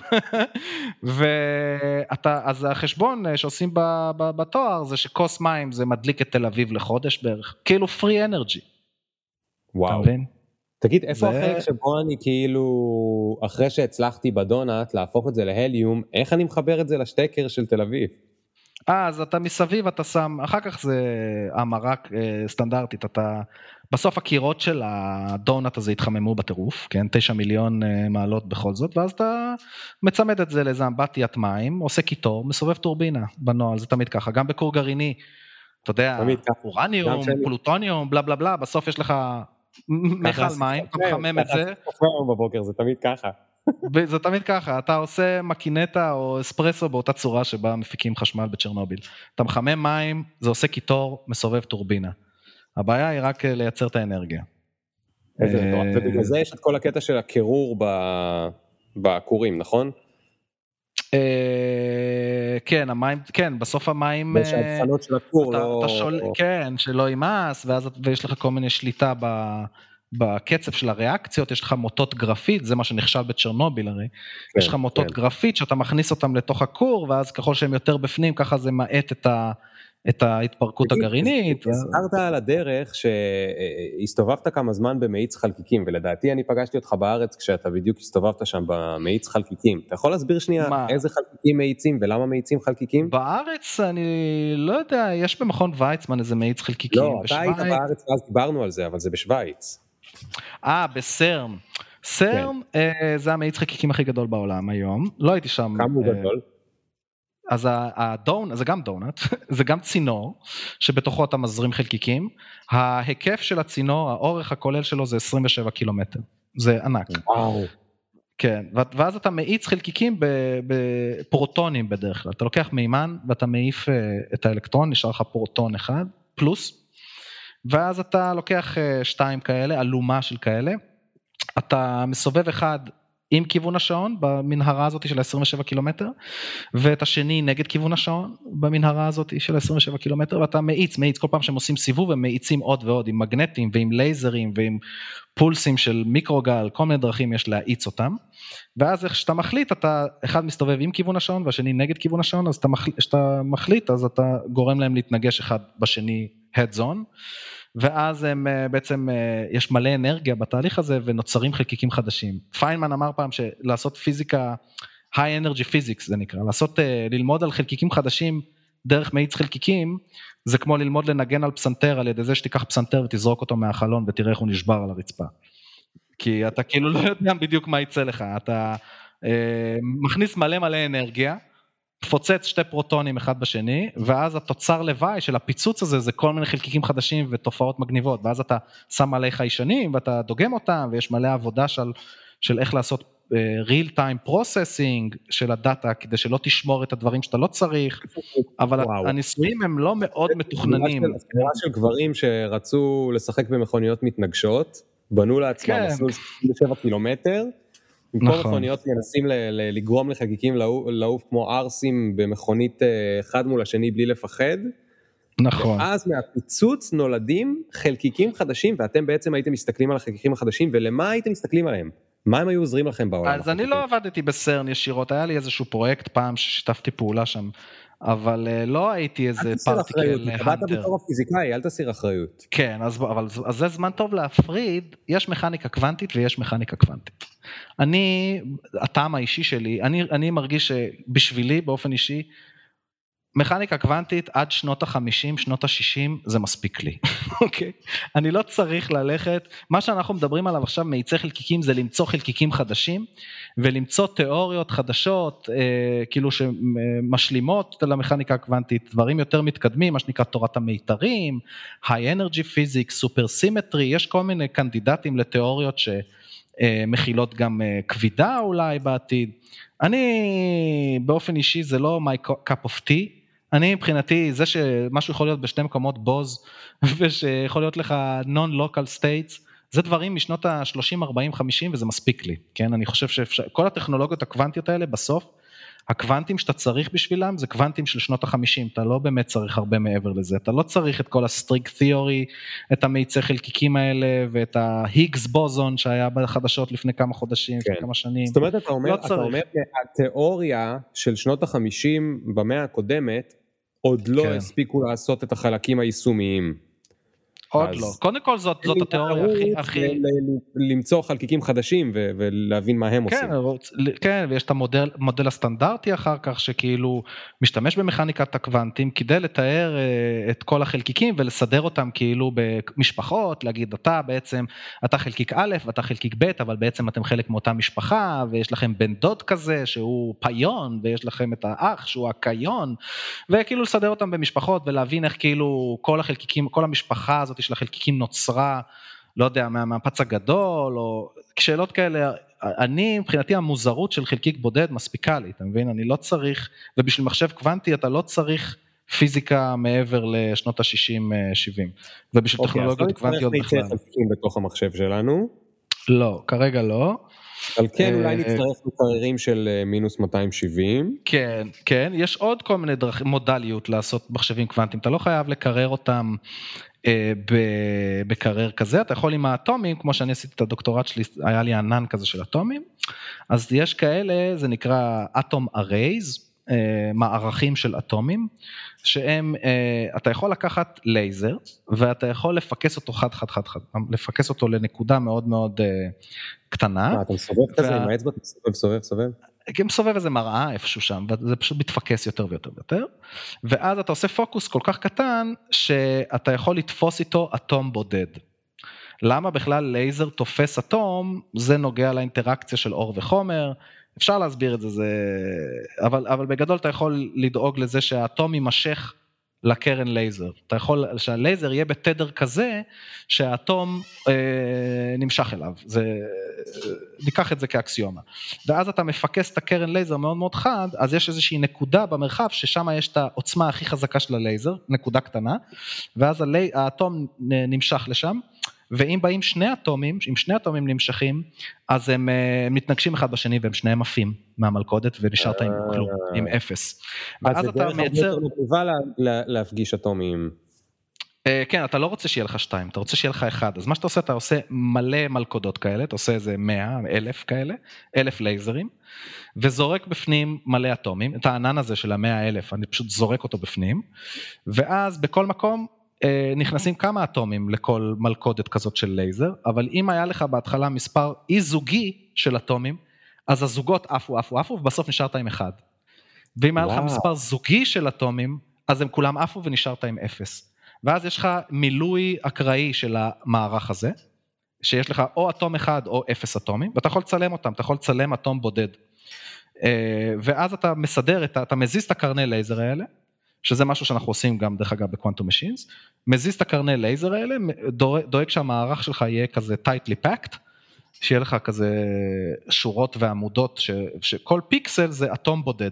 אז החשבון שעושים בתואר, זה שכוס מים זה מדליק את תל אביב לחודש בערך, כאילו free energy. וואו. תגיד, איפה החלק שבו אני כאילו, אחרי שהצלחתי בדונט להפוך את זה להליום, איך אני מחבר את זה לשטקר של תל אביב? אז אתה מסביב, אתה שם, אחר כך זה המרק סטנדרטית, בסוף הקירות של הדונט הזה התחממו בטירוף, כן, 9 מיליון מעלות בכל זאת, ואז אתה מצמד את זה לאיזה אמבטיית מים, עושה קיטור, מסובב טורבינה בנועל, זה תמיד ככה, גם בקור גרעיני, אתה יודע, אורניום, פלוטוניום, בלה בלה בלה, בסוף יש לך מיכל מים, אתה מחמם את זה. בבוקר, זה תמיד ככה. זה תמיד ככה, אתה עושה מקינטה או אספרסו באותה צורה שבה מפיקים חשמל בצ'רנוביל. אתה מחמם מים, זה עושה קיטור, מסובב טורבינה. הבעיה היא רק לייצר את האנרגיה. ובגלל זה יש את כל הקטע של הקירור בקורים, נכון? כן, המים, כן, בסוף המים, שההתחלות של הקור לא... כן, שלא יימס, ויש לך כל מיני שליטה בקצב של הריאקציות, יש לך מוטות גרפית, זה מה שנחשב בצ'רנוביל הרי, יש לך מוטות גרפית שאתה מכניס אותם לתוך הקור, ואז ככל שהם יותר בפנים, ככה זה מעט את ההתפרקות הגרעינית. הזכרת על הדרך שהסתובבת כמה זמן במאיץ חלקיקים, ולדעתי אני פגשתי אותך בארץ כשאתה בדיוק הסתובבת שם במאיץ חלקיקים. אתה יכול להסביר שנייה איזה חלקיקים מאיצים ולמה מאיצים חלקיקים? בארץ אני לא יודע, יש במכון ויצמן איזה מאיץ חלקיקים. לא, אתה היית בארץ ואז דיברנו על זה, אבל זה בשוויץ. בסרן. סרן זה המאיץ חלקיקים הכי גדול בעולם היום. לא הייתי שם. כמה הוא גדול? אז זה גם דונט, זה גם צינור, שבתוכו אתה מזרים חלקיקים, ההיקף של הצינור, האורך הכולל שלו זה 27 קילומטר, זה ענק. וואו. כן, ואז אתה מאיץ חלקיקים בפרוטונים בדרך כלל, אתה לוקח מימן ואתה מעיף את האלקטרון, נשאר לך פרוטון אחד, פלוס, ואז אתה לוקח 2 כאלה, אלומה של כאלה, אתה מסובב אחד עם כיוון השעון במנהרה הזאת של 27 קילומטר, ואת השני נגד כיוון השעון במנהרה הזאת של 27 קילומטר, ואתה מאיץ, כל פעם שהם עושים סיבוב, הם מאיצים עוד ועוד, עם מגנטים ועם לייזרים ועם פולסים של מיקרוגל, כל מיני דרכים יש להאיץ אותם, ואז איך שאתה מחליט, אתה אחד מסתובב עם כיוון השעון, והשני נגד כיוון השעון, אז כשאתה מחליט, אז אתה גורם להם להתנגש אחד בשני head zone, ואז הם בעצם, יש מלא אנרגיה בתהליך הזה, ונוצרים חלקיקים חדשים. פיינמן אמר פעם שלעשות פיזיקה, high energy physics זה נקרא, ללמוד על חלקיקים חדשים, דרך מאיץ חלקיקים, זה כמו ללמוד לנגן על פסנתר, על ידי זה שתיקח פסנתר ותזרוק אותו מהחלון, ותראה איך הוא נשבר על הרצפה. כי אתה כאילו לא יודע בדיוק מה יצא לך, אתה מכניס מלא אנרגיה, פוצץ שתי פרוטונים אחד בשני, ואז התוצר לוואי של הפיצוץ הזה, זה כל מיני חלקיקים חדשים ותופעות מגניבות, ואז אתה שם מלא חיישנים, ואתה דוגם אותם, ויש מלא עבודה של איך לעשות real time processing של הדאטה, כדי שלא תשמור את הדברים שאתה לא צריך, אבל הניסויים הם לא מאוד מתוכננים. סדרה של גברים שרצו לשחק במכוניות מתנגשות, בנו לעצמם מסלול 27 קילומטר, עם כל מכוניות מנסים לגרום לחלקיקים לעוף כמו ארסים במכונית אחד מול השני בלי לפחד. נכון. ואז מהפיצוץ נולדים חלקיקים חדשים, ואתם בעצם הייתם מסתכלים על החלקיקים החדשים, ולמה הייתם מסתכלים עליהם? מה הם היו עוזרים לכם בעולם? אז אני לא עבדתי בסרן ישירות, היה לי איזשהו פרויקט פעם ששיתפתי פעולה שם, אבל לא הייתי איזה פרטיקל הנטר. עבדת בתור הפיזיקאי, אל תסיר אחריות. כן, אבל זה זמן טוב להפריד, יש מכניקה קוונטית ויש מכניקה קוונטית. הטעם האישי שלי, אני מרגיש שבשבילי באופן אישי, מכניקה קוונטית עד שנות ה-50, שנות ה-60, זה מספיק לי, אוקיי? אני לא צריך ללכת, מה שאנחנו מדברים עליו עכשיו, מאיצי חלקיקים, זה למצוא חלקיקים חדשים, ולמצוא תיאוריות חדשות, כאילו שמשלימות למכניקה הקוונטית, דברים יותר מתקדמים, מה שנקרא תורת המיתרים, high energy physics, supersymmetry, יש כל מיני קנדידטים לתיאוריות שמכילות גם כבידה אולי בעתיד. אני באופן אישי, זה לא my cup of tea, אני מבחינתי, זה שמשהו יכול להיות בשתי מקומות בוז, ושיכול להיות לך non-local states, זה דברים משנות ה-30, 40, 50, וזה מספיק לי, כן? אני חושב שכל הטכנולוגיות הקוונטיות האלה, בסוף, הקוונטים שאתה צריך בשבילם, זה קוונטים של שנות ה-50, אתה לא באמת צריך הרבה מעבר לזה, אתה לא צריך את כל הסטריק תיאורי, את המאיצי חלקיקים האלה, ואת ההיגס בוזון, שהיה בחדשות לפני כמה חודשים, לפני כמה שנים. זאת אומרת, אתה אומר, התיאוריה של שנות ה-50 במאה הקודמת, עוד לא הספיקו לעשות את החלקים היישומיים. עוד לא. קודם כל זאת התיאוריה הכי... למצוא חלקיקים חדשים ולהבין מה הם עושים. כן, ויש את המודל הסטנדרטי אחר כך, שכאילו משתמש במכניקת הקוונטים, כדי לתאר את כל החלקיקים, ולסדר אותם כאילו במשפחות, להגיד, אתה חלקיק א', ואתה חלקיק ב', אבל בעצם אתם חלק מאותה משפחה, ויש לכם בן דוד כזה, שהוא פיון, ויש לכם את האח, שהוא הקיון, וכאילו לסדר אותם במשפחות, ולהבין איך כאילו כל החלקיקים, כל המשפחה הזאת, של החלקיקים נוצרה, לא יודע, מהמפץ הגדול, או שאלות כאלה, אני, מבחינתי, המוזרות של חלקיק בודד מספיקה לי, אתה מבין? אני לא צריך, ובשביל מחשב קוונטי, אתה לא צריך פיזיקה מעבר לשנות ה-60-70, ובשביל טכנולוגיות קוונטיות בכלל. אז נצטרך חלקיקים בתוך המחשב שלנו? לא, כרגע לא. אבל כן, אולי נצטרך מקררים של מינוס 270. כן, כן, יש עוד כל מיני מודליות לעשות מחשבים קוונטיים, אתה לא חייב לקרר אותם בקרר כזה, אתה יכול עם האטומים, כמו שאני עשיתי את הדוקטורט שלי, היה לי ענן כזה של אטומים, אז יש כאלה, זה נקרא אטום ארייז, מערכים של אטומים, שהם, אתה יכול לקחת לייזר, ואתה יכול לפקס אותו חד, לפקס אותו לנקודה מאוד מאוד קטנה. אתה מסובב כזה עם האצבע, סובב? כי מסובב איזה מראה איפשהו שם, וזה פשוט מתפקס יותר ויותר ויותר, ואז אתה עושה פוקוס כל כך קטן, שאתה יכול לתפוס איתו אטום בודד. למה בכלל לייזר תופס אטום? זה נוגע לאינטראקציה של אור וחומר, אפשר להסביר את זה, אבל בגדול אתה יכול לדאוג לזה שהאטום יימשך לקרן לייזר. אתה יכול שהלייזר יהיה בתדר כזה, שהאטום נמשך אליו. ניקח את זה כאקסיומה. ואז אתה מפקס את הקרן לייזר מאוד מאוד חד, אז יש איזושהי נקודה במרחב, ששם יש את העוצמה הכי חזקה של הלייזר, נקודה קטנה, ואז האטום נמשך לשם, ואם באים שני אטומים, אם שני אטומים נמשכים, אז הם מתנגשים אחד בשני, והם שניהם עפים מהמלכודת, ונשארת עם כלום, עם אפס. אז זה דרך הרבה יותר מטובה להפגיש אטומים. כן, אתה לא רוצה שיהיה לך 2, אתה רוצה שיהיה לך 1, אז מה שאתה עושה, אתה עושה מלא מלכודות כאלה, אתה עושה איזה 100, 1,000 כאלה, 1,000 לייזרים, וזורק בפנים מלא אטומים, את הענן הזה של ה100,000, אני פשוט זורק אותו בפנים, ואז בכל מקום נכנסים כמה אטומים לכל מלכודת כזאת של לייזר, אבל אם היה לך בהתחלה מספר אי זוגי של אטומים, אז הזוגות עפו, ובסוף נשארת עם 1. ואם היה לך מספר זוגי של אטומים, אז הם כולם עפו ונשארת עם 0. ואז יש לך מילוי אקראי של המערך הזה, שיש לך או אטום אחד או 0 אטומים, ואתה יכול לצלם אותם, אתה יכול לצלם אטום בודד. ואז אתה מסדר, אתה מזיז את הקרני לייזר האלה, שזה משהו שאנחנו עושים גם דרך אגב בקוונטום משינס, מזיז את הקרני לייזר האלה, דואג שהמערך שלך יהיה כזה tightly packed, שיהיה לך כזה שורות ועמודות, שכל פיקסל זה אטום בודד.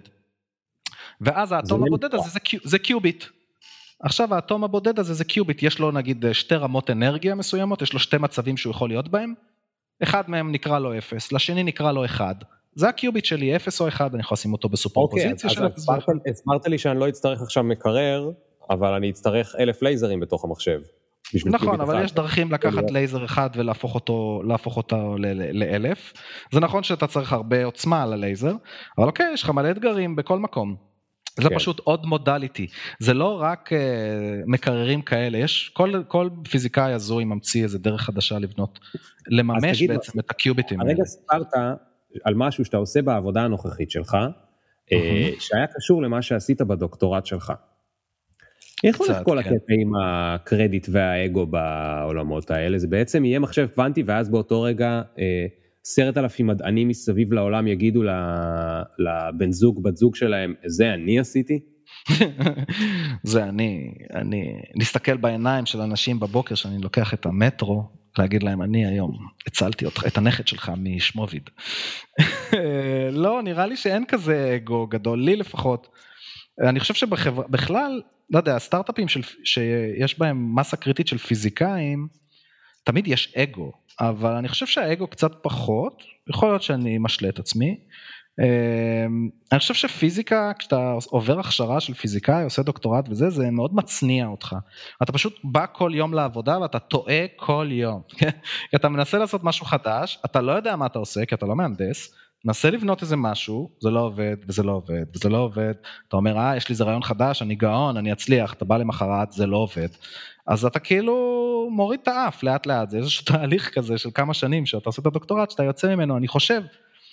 ואז האטום הבודד הזה זה קיוביט. עכשיו האטום הבודד הזה זה קיוביט, יש לו נגיד 2 רמות אנרגיה מסוימות, יש לו 2 מצבים שהוא יכול להיות בהם, אחד מהם נקרא לו 0, לשני נקרא לו 1, זה הקיוביט שלי, 0 או 1, אני יכול לשים אותו בסופרפוזיציה של 0 או 1. הסברת לי שאני לא אצטרך עכשיו מקרר, אבל אני אצטרך 1,000 לייזרים בתוך המחשב. נכון, אבל יש דרכים לקחת לייזר אחד ולהפוך אותו ל-1,000, זה נכון שאתה צריך הרבה עוצמה על הלייזר, אבל אוקיי, יש לך מלא אתגרים בכל מקום. זה פשוט עוד מודליטי, זה לא רק מקררים כאלה, יש כל פיזיקאי הזוי ממציא איזה דרך חדשה לבנות, לממש בעצם את הקיוביטים. הרגע ספרת על משהו שאתה עושה בעבודה הנוכחית שלך, שהיה קשור למה שעשית בדוקטורט שלך. איך הולך כל הקטע עם הקרדיט והאגו בעולמות האלה? זה בעצם יהיה מחשב קוונטי, ואז באותו רגע 10,000 מדענים מסביב לעולם יגידו לבן זוג, בת זוג שלהם, זה אני עשיתי? זה אני נסתכל בעיניים של אנשים בבוקר, שאני לוקח את המטרו, להגיד להם, אני היום הצלתי אותך, את הנכד שלך משמוביד. לא, נראה לי שאין כזה אגו גדול, לי לפחות. אני חושב שבכלל, לא יודע, הסטארט-אפים שיש בהם מסה קריטית של פיזיקאים, תמיד יש אגו, אבל אני חושב שהאגו קצת פחות, יכול להיות שאני משלה את עצמי, אני חושב שפיזיקה, כשאתה עובר הכשרה של פיזיקאי, עושה דוקטורט וזה, זה מאוד מצניע אותך, אתה פשוט בא כל יום לעבודה, ואתה טועה כל יום, כי אתה מנסה לעשות משהו חדש, אתה לא יודע מה אתה עושה, כי אתה לא מהנדס, נסה לבנות איזה משהו, זה לא עובד, וזה לא עובד, וזה לא עובד, אתה אומר, יש לי איזה רעיון חדש, אני גאון, אני אצליח, אתה בא למחרת, זה לא עובד, אז אתה כאילו מוריד את האף לאט לאט, זה איזשהו תהליך כזה של כמה שנים, שאתה עושה את הדוקטורט, שאתה יוצא ממנו, אני חושב,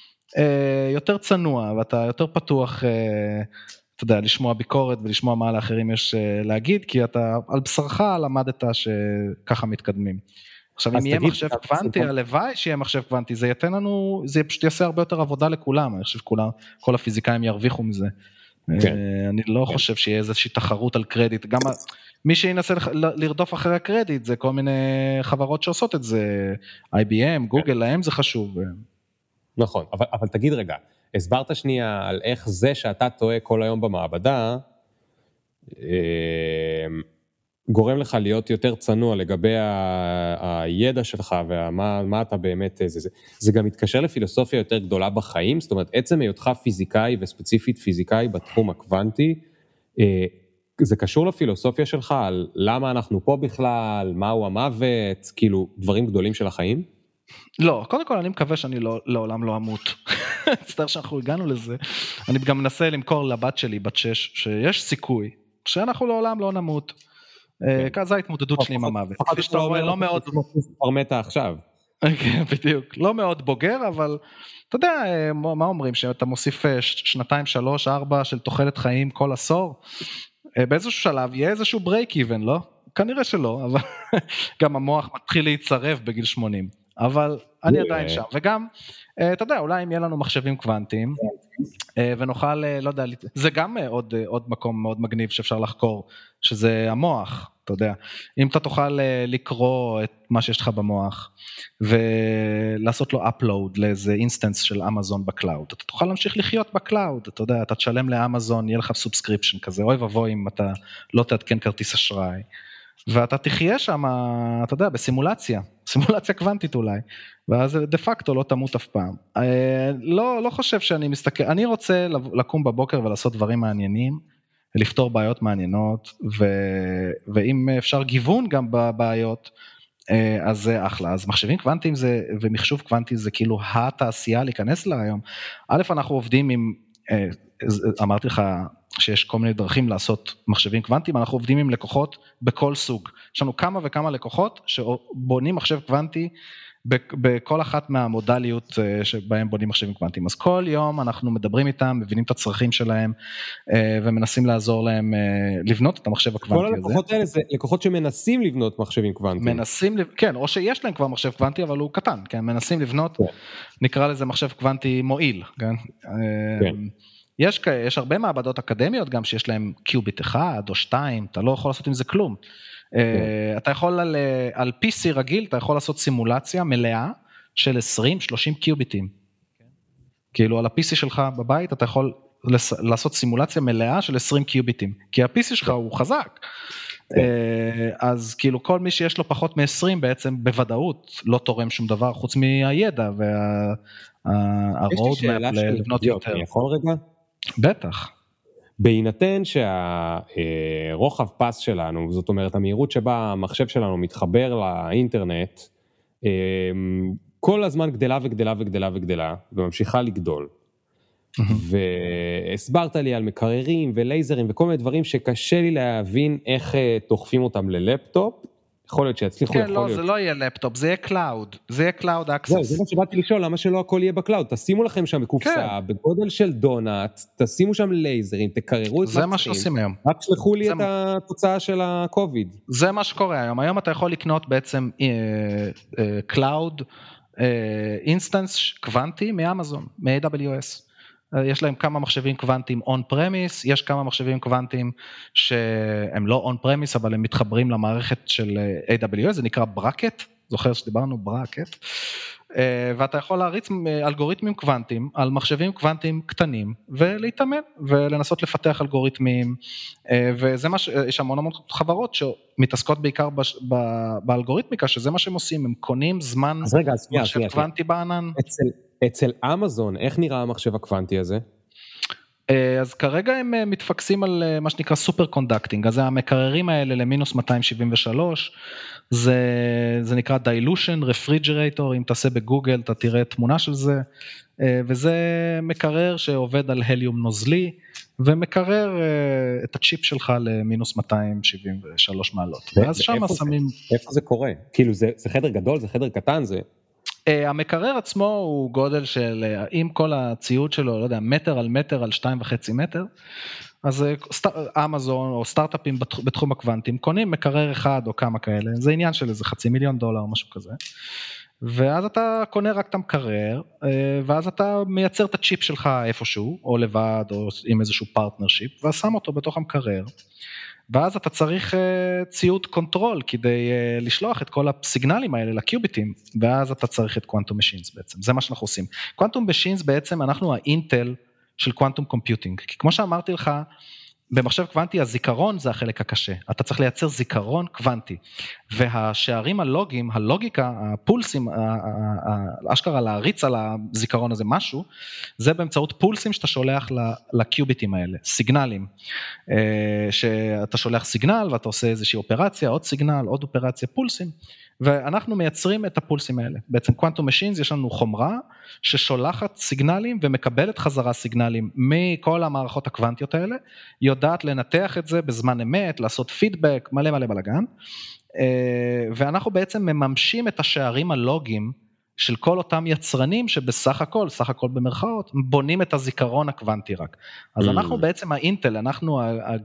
יותר צנוע, ואתה יותר פתוח, אתה יודע, לשמוע ביקורת, ולשמוע מה לאחרים יש להגיד, כי אתה על בשרך למדת שככה מתקדמים. עכשיו, אם יהיה מחשב קוונטי, הלוואי שיהיה מחשב קוונטי, זה ייתן לנו, זה פשוט יעשה הרבה יותר עבודה לכולם, אני חושב כל הפיזיקאים ירוויחו מזה. אני לא חושב שיהיה איזושהי תחרות על קרדיט, גם מי שינסה לרדוף אחרי הקרדיט, זה כל מיני חברות שעושות את זה, IBM, גוגל, להם זה חשוב. נכון, אבל תגיד רגע, הסברת שנייה על איך זה שאתה טועה כל היום במעבדה, גורם לך להיות יותר צנוע לגבי הידע שלך, ומה אתה באמת, זה גם מתקשר לפילוסופיה יותר גדולה בחיים, זאת אומרת, עצם היותך פיזיקאי, וספציפית פיזיקאי בתחום הקוונטי, זה קשור לפילוסופיה שלך, על למה אנחנו פה בכלל, מהו המוות, כאילו דברים גדולים של החיים? לא, קודם כל אני מקווה שאני לעולם לא אמות, מצטער שאנחנו הגענו לזה, אני גם מנסה למכור לבת שלי, בת 6, שיש סיכוי, שאנחנו לעולם לא נמות, כזה ההתמודדות שלי עם המוות, כפי שאתה רואה, לא מאוד, כבר מתה עכשיו, בדיוק, לא מאוד בוגר, אבל אתה יודע, מה אומרים, שאתה מוסיף 2, 3, 4 של תוחלת חיים כל עשור, באיזשהו שלב יהיה איזשהו break even, לא? כנראה שלא, אבל גם המוח מתחיל להיצרב בגיל 80, אבל אני עדיין שם, וגם, אתה יודע, אולי אם יהיה לנו מחשבים קוונטיים, ונוכל, לא יודע, זה גם עוד מקום מאוד מגניב שאפשר לחקור, שזה המוח, אתה יודע, אם אתה תוכל לקרוא את מה שיש לך במוח, ולעשות לו upload לאיזה אינסטנס של אמזון בקלאוד, אתה תוכל להמשיך לחיות בקלאוד, אתה יודע, אתה תשלם לאמזון, יהיה לך סובסקריפשן כזה, אוי ובוי אם אתה לא תעדכן כרטיס אשראי, ואתה תחיה שם, אתה יודע, בסימולציה, סימולציה קוונטית אולי, ואז דה פקטו לא תמות אף פעם. לא חושב שאני מסתכל, אני רוצה לקום בבוקר ולעשות דברים מעניינים, לפתור בעיות מעניינות, ואם אפשר גיוון גם בבעיות, אז זה אחלה. אז מחשבים קוונטיים ומחשוב קוונטי זה כאילו התעשייה להיכנס לה היום. א', אנחנו עובדים עם, אמרתי לך שיש כל מיני דרכים לעשות מחשבים קוונטיים, אנחנו עובדים עם לקוחות בכל סוג. יש לנו כמה וכמה לקוחות שבונים מחשב קוונטי, בכל אחת מהמודליות שבהם בונים מחשבים קוונטיים. אז כל יום אנחנו מדברים איתם, מבינים את הצרכים שלהם, ומנסים לעזור להם לבנות את המחשב הקוונטי הזה. כל הלקוחות האלה זה לקוחות שמנסים לבנות מחשבים קוונטיים. כן, או שיש להם כבר מחשב קוונטי, אבל הוא קטן, כן, מנסים לבנות, נקרא לזה מחשב קוונטי מועיל, כן. יש הרבה מעבדות אקדמיות גם שיש להם קיוביט 1 או 2, אתה לא יכול לעשות עם זה כלום. אתה יכול על PC רגיל, אתה יכול לעשות סימולציה מלאה של 20-30 קיוביטים. כאילו על ה-PC שלך בבית אתה יכול לעשות סימולציה מלאה של 20 קיוביטים, כי ה-PC שלך הוא חזק. אז כאילו כל מי שיש לו פחות מ-20 בעצם בוודאות לא תורם שום דבר חוץ מהידע והרוד מאפ לבנות יותר. אני יכול רגע? בטח. בהינתן שהרוחב פס שלנו, זאת אומרת המהירות שבה המחשב שלנו מתחבר לאינטרנט, כל הזמן גדלה וגדלה וגדלה וגדלה, וממשיכה לגדול. והסברת לי על מקררים ולייזרים וכל מיני דברים שקשה לי להבין איך דוחפים אותם ללפטופ, יכול להיות שיצליחו, כן, לא, זה לא יהיה לפטופ, זה יהיה קלאוד, זה יהיה קלאוד אקסס. זה מה שבאתי לשאול, למה שלא הכל יהיה בקלאוד? תשימו לכם שם בקופסה, בגודל של דונט, תשימו שם לייזרים, תקררו את זה מה שעושים היום. רק שלחו לי את התוצאה של הקוביד. זה מה שקורה היום. היום אתה יכול לקנות בעצם קלאוד אינסטנס קוונטי מאמזון, מ-AWS. יש להם כמה מחשבים קוונטיים on-premise, יש כמה מחשבים קוונטיים שהם לא on-premise, אבל הם מתחברים למערכת של AWS, זה נקרא ברקט, זוכר שדיברנו ברקט, ואתה יכול להריץ אלגוריתמים קוונטיים על מחשבים קוונטיים קטנים, ולהתאמן, ולנסות לפתח אלגוריתמים, וזה מה יש המון המון חברות שמתעסקות בעיקר באלגוריתמיקה, שזה מה שהם עושים, הם קונים זמן מחשב קוונטי בענן. אצל אמזון, איך נראה המחשב הקוונטי הזה? אז כרגע הם מתפקסים על מה שנקרא סופר קונדקטינג, אז המקררים האלה למינוס 273, זה נקרא dilution refrigerator, אם תעשה בגוגל אתה תראה תמונה של זה, וזה מקרר שעובד על הליום נוזלי, ומקרר את הצ'יפ שלך למינוס 273 מעלות. ואז שם שמים... איפה זה קורה? כאילו זה חדר גדול, זה חדר קטן, זה... המקרר עצמו הוא גודל של, עם כל הציוד שלו, לא יודע, מטר על מטר על 2.5 מטר, אז אמזון או סטארט-אפים בתחום הקוונטים, קונים מקרר אחד או כמה כאלה, זה עניין של איזה $500,000 או משהו כזה, ואז אתה קונה רק את המקרר, ואז אתה מייצר את הצ'יפ שלך איפשהו, או לבד, או עם איזשהו פרטנרשיפ, ואז שם אותו בתוך המקרר, ואז אתה צריך ציוד קונטרול כדי לשלוח את כל הסיגנלים האלה לקיוביטים, ואז אתה צריך את קוונטום משינס בעצם, זה מה שאנחנו עושים. קוונטום משינס בעצם אנחנו האינטל של קוונטום קומפיוטינג, כי כמו שאמרתי לך, במחשב קוונטי הזיכרון זה החלק הקשה, אתה צריך לייצר זיכרון קוונטי, והשערים הלוגיים, הלוגיקה, הפולסים, אשכרה להריץ על הזיכרון הזה משהו, זה באמצעות פולסים שאתה שולח לקיוביטים האלה, סיגנלים, שאתה שולח סיגנל ואתה עושה איזושהי אופרציה, עוד סיגנל, עוד אופרציה, פולסים, ואנחנו מייצרים את הפולסים האלה. בעצם קוונטום משינס יש לנו חומרה ששולחת סיגנלים ומקבלת חזרה סיגנלים מכל המערכות הקוונטיות האלה, יודעת לנתח את זה בזמן אמת, לעשות פידבק, מלא מלא בלגן, ואנחנו בעצם מממשים את השערים הלוגיים של כל אותם יצרנים שבסך הכל במרכאות, בונים את הזיכרון הקוונטי רק. אז אנחנו בעצם האינטל, אנחנו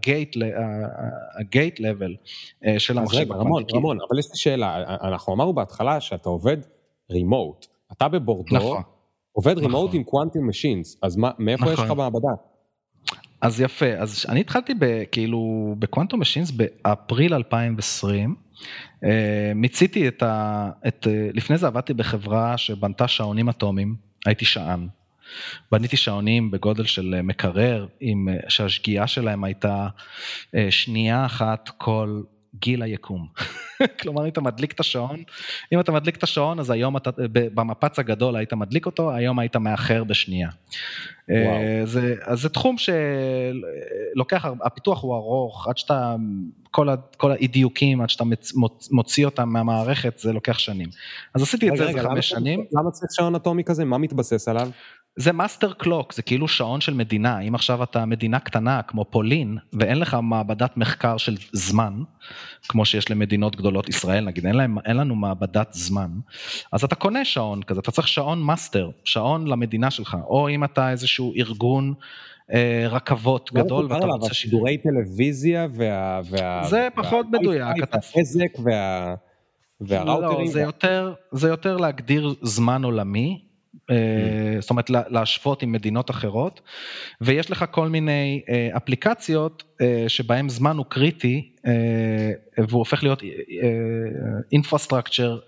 הגייט לבל של המחשב הקוונטי. רמון, אבל יש לי שאלה, אנחנו אמרנו בהתחלה שאתה עובד רימוט, אתה בבורדו, עובד רימוט עם קוונטום משינס, אז מאיפה יש לך מעבדה? אז יפה, אז אני התחלתי כאילו בקוונטום משינס באפריל 2020, מיציתי לפני זה עבדתי בחברה שבנתה שעונים אטומיים, הייתי שען, בניתי שעונים בגודל של מקרר, שהשגיאה שלהם הייתה שנייה אחת כל גיל היקום. כלומר, אם אתה מדליק את השעון, אז היום במפץ הגדול היית מדליק אותו, היום היית מאחר בשנייה. אז זה תחום שלוקח, הפיתוח הוא ארוך, עד שאתה, כל האי-דיוקים, עד שאתה מוציא אותם מהמערכת, זה לוקח שנים. אז עשיתי את זה 5 שנים. למה צריך שעון אטומי כזה? מה מתבסס עליו? זה מאסטר קלוק, זה כאילו שעון של מדינה. אם עכשיו אתה מדינה קטנה כמו פולין, ואין לך מעבדת מחקר של זמן, כמו שיש למדינות גדולות, ישראל נגיד, אין לנו מעבדת זמן, אז אתה קונה שעון כזה, אתה צריך שעון מאסטר, שעון למדינה שלך, או אם אתה איזשהו ארגון רכבות גדול, ואתה רוצה שידורי טלוויזיה זה פחות מדויק. והחזק והראוטרים. זה יותר להגדיר זמן עולמי, זאת אומרת להשוות עם מדינות אחרות, ויש לך כל מיני אפליקציות שבהם זמן הוא קריטי, והוא הופך להיות infrastructure,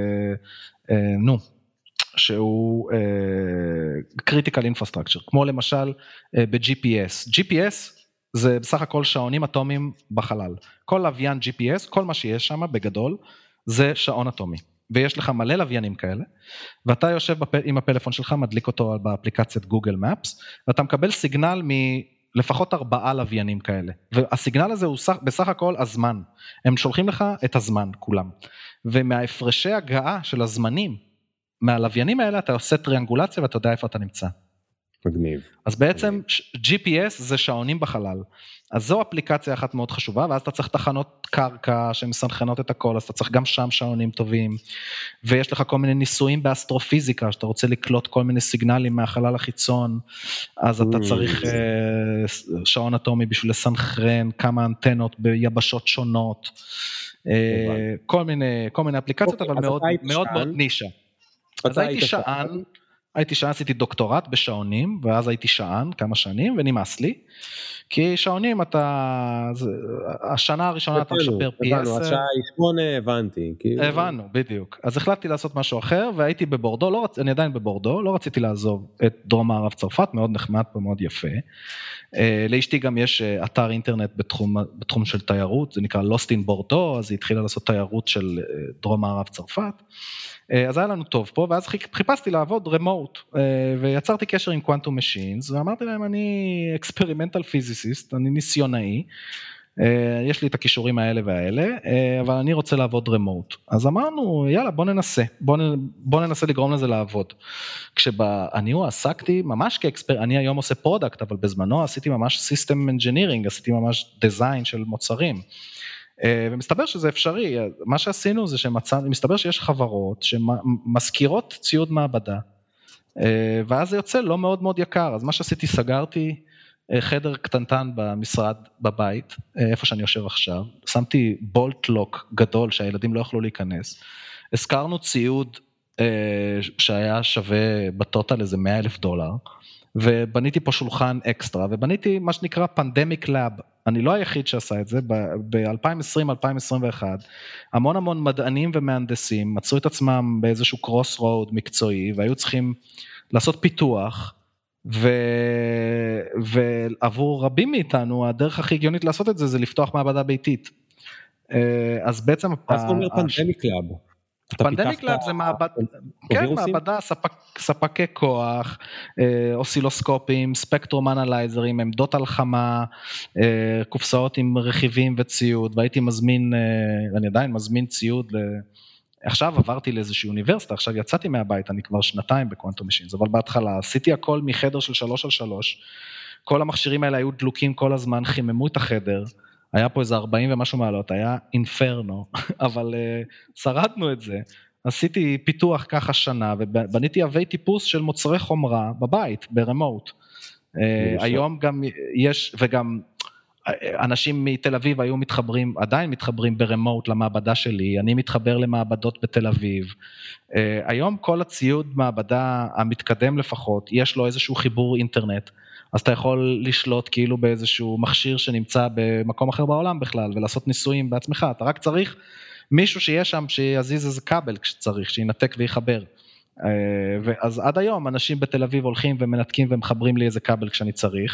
שהוא critical infrastructure, כמו למשל ב-GPS. GPS זה בסך הכל שעונים אטומיים בחלל. כל לוויין GPS, כל מה שיש שם בגדול, זה שעון אטומי. ויש לך מלא לוויינים כאלה, ואתה יושב עם הפלאפון שלך, מדליק אותו באפליקציית גוגל מפס, ואתה מקבל סיגנל מלפחות 4 לוויינים כאלה, והסיגנל הזה הוא בסך הכל הזמן, הם שולחים לך את הזמן כולם, ומההפרשי הגעה של הזמנים, מהלוויינים האלה אתה עושה טריאנגולציה, ואתה יודע איפה אתה נמצא. מגניב. אז בעצם GPS זה שעונים בחלל, אז זו אפליקציה אחת מאוד חשובה, ואז אתה צריך תחנות קרקע שמסנכרנות את הכל, אז אתה צריך גם שם שעונים טובים, ויש לך כל מיני ניסויים באסטרופיזיקה, שאתה רוצה לקלוט כל מיני סיגנלים מהחלל החיצון, אז אתה צריך שעון אטומי בשביל לסנכרן כמה אנטנות ביבשות שונות, כל מיני אפליקציות, אבל מאוד מאוד נישה. אז הייתי שען, עשיתי דוקטורט בשעונים, ואז הייתי שען כמה שנים, ונמאס לי, כי שעונים השנה הראשונה אתה משפר פי 10. הבנו, השעה היא 8, הבנתי. הבנו, בדיוק. אז החלטתי לעשות משהו אחר, והייתי בבורדו, אני עדיין בבורדו, לא רציתי לעזוב את דרום מערב צרפת, מאוד נחמד פה, מאוד יפה. לאשתי גם יש אתר אינטרנט בתחום של תיירות, זה נקרא Lost in Bordeaux, אז היא התחילה לעשות תיירות של דרום מערב צרפת. אז היה לנו טוב פה, ואז חיפשתי לעבוד רמוט, ויצרתי קשר עם קוונטום משינס, ואמרתי להם, אני אקספרימנטל פיזיסיסט, אני ניסיונאי, יש לי את הכישורים האלה והאלה, אבל אני רוצה לעבוד רמוט. אז אמרנו, יאללה, בוא ננסה לגרום לזה לעבוד. כשאני עסקתי ממש אני היום עושה פרודקט, אבל בזמנו עשיתי ממש סיסטם אנג'ינירינג, עשיתי ממש דיזיין של מוצרים. ומסתבר שזה אפשרי, מה שעשינו זה מסתבר שיש חברות שמזכירות ציוד מעבדה, ואז זה יוצא לא מאוד מאוד יקר, אז מה שעשיתי, סגרתי חדר קטנטן במשרד בבית, איפה שאני יושב עכשיו, שמתי בולט לוק גדול שהילדים לא יכלו להיכנס, הזכרנו ציוד שהיה שווה בטוטל איזה $100,000, ובניתי פה שולחן אקסטרה, ובניתי מה שנקרא פנדמיק לאב, אני לא היחיד שעשה את זה, ב-2020-2021, המון מדענים ומהנדסים מצאו את עצמם באיזשהו קרוס רוד מקצועי, והיו צריכים לעשות פיתוח, ועבור רבים מאיתנו, הדרך הכי הגיונית לעשות את זה, זה לפתוח מעבדה ביתית. אז בעצם... אז אומר פנדמיק לאב. פנדמיק לאב זה מעבדה, ספקי כוח, אוסילוסקופים, ספקטרום אנלייזרים, עמדות הלחמה, קופסאות עם רכיבים וציוד, והייתי מזמין, אני עדיין מזמין ציוד, עכשיו עברתי לאיזושהי אוניברסיטה, עכשיו יצאתי מהבית, אני כבר 2 בקוונטום משינס, אבל בהתחלה עשיתי הכל מחדר של 3x3, כל המכשירים האלה היו דלוקים כל הזמן, חיממו את החדר, היה פה איזה 40 ומשהו מעלות, היה אינפרנו, אבל שרדנו את זה, עשיתי פיתוח ככה שנה, ובניתי אבי טיפוס של מוצרי חומרה בבית, ברמוט. היום גם יש, וגם אנשים מתל אביב היו מתחברים, עדיין מתחברים ברמוט למעבדה שלי, אני מתחבר למעבדות בתל אביב. היום כל הציוד מעבדה המתקדם לפחות, יש לו איזשהו חיבור אינטרנט, אז אתה יכול לשלוט כאילו באיזשהו מכשיר שנמצא במקום אחר בעולם בכלל, ולעשות ניסויים בעצמך, אתה רק צריך מישהו שיש שם שיזיז איזה כבל כשצריך, שינתק ויחבר. אז עד היום אנשים בתל אביב הולכים ומנתקים ומחברים לי איזה כבל כשאני צריך,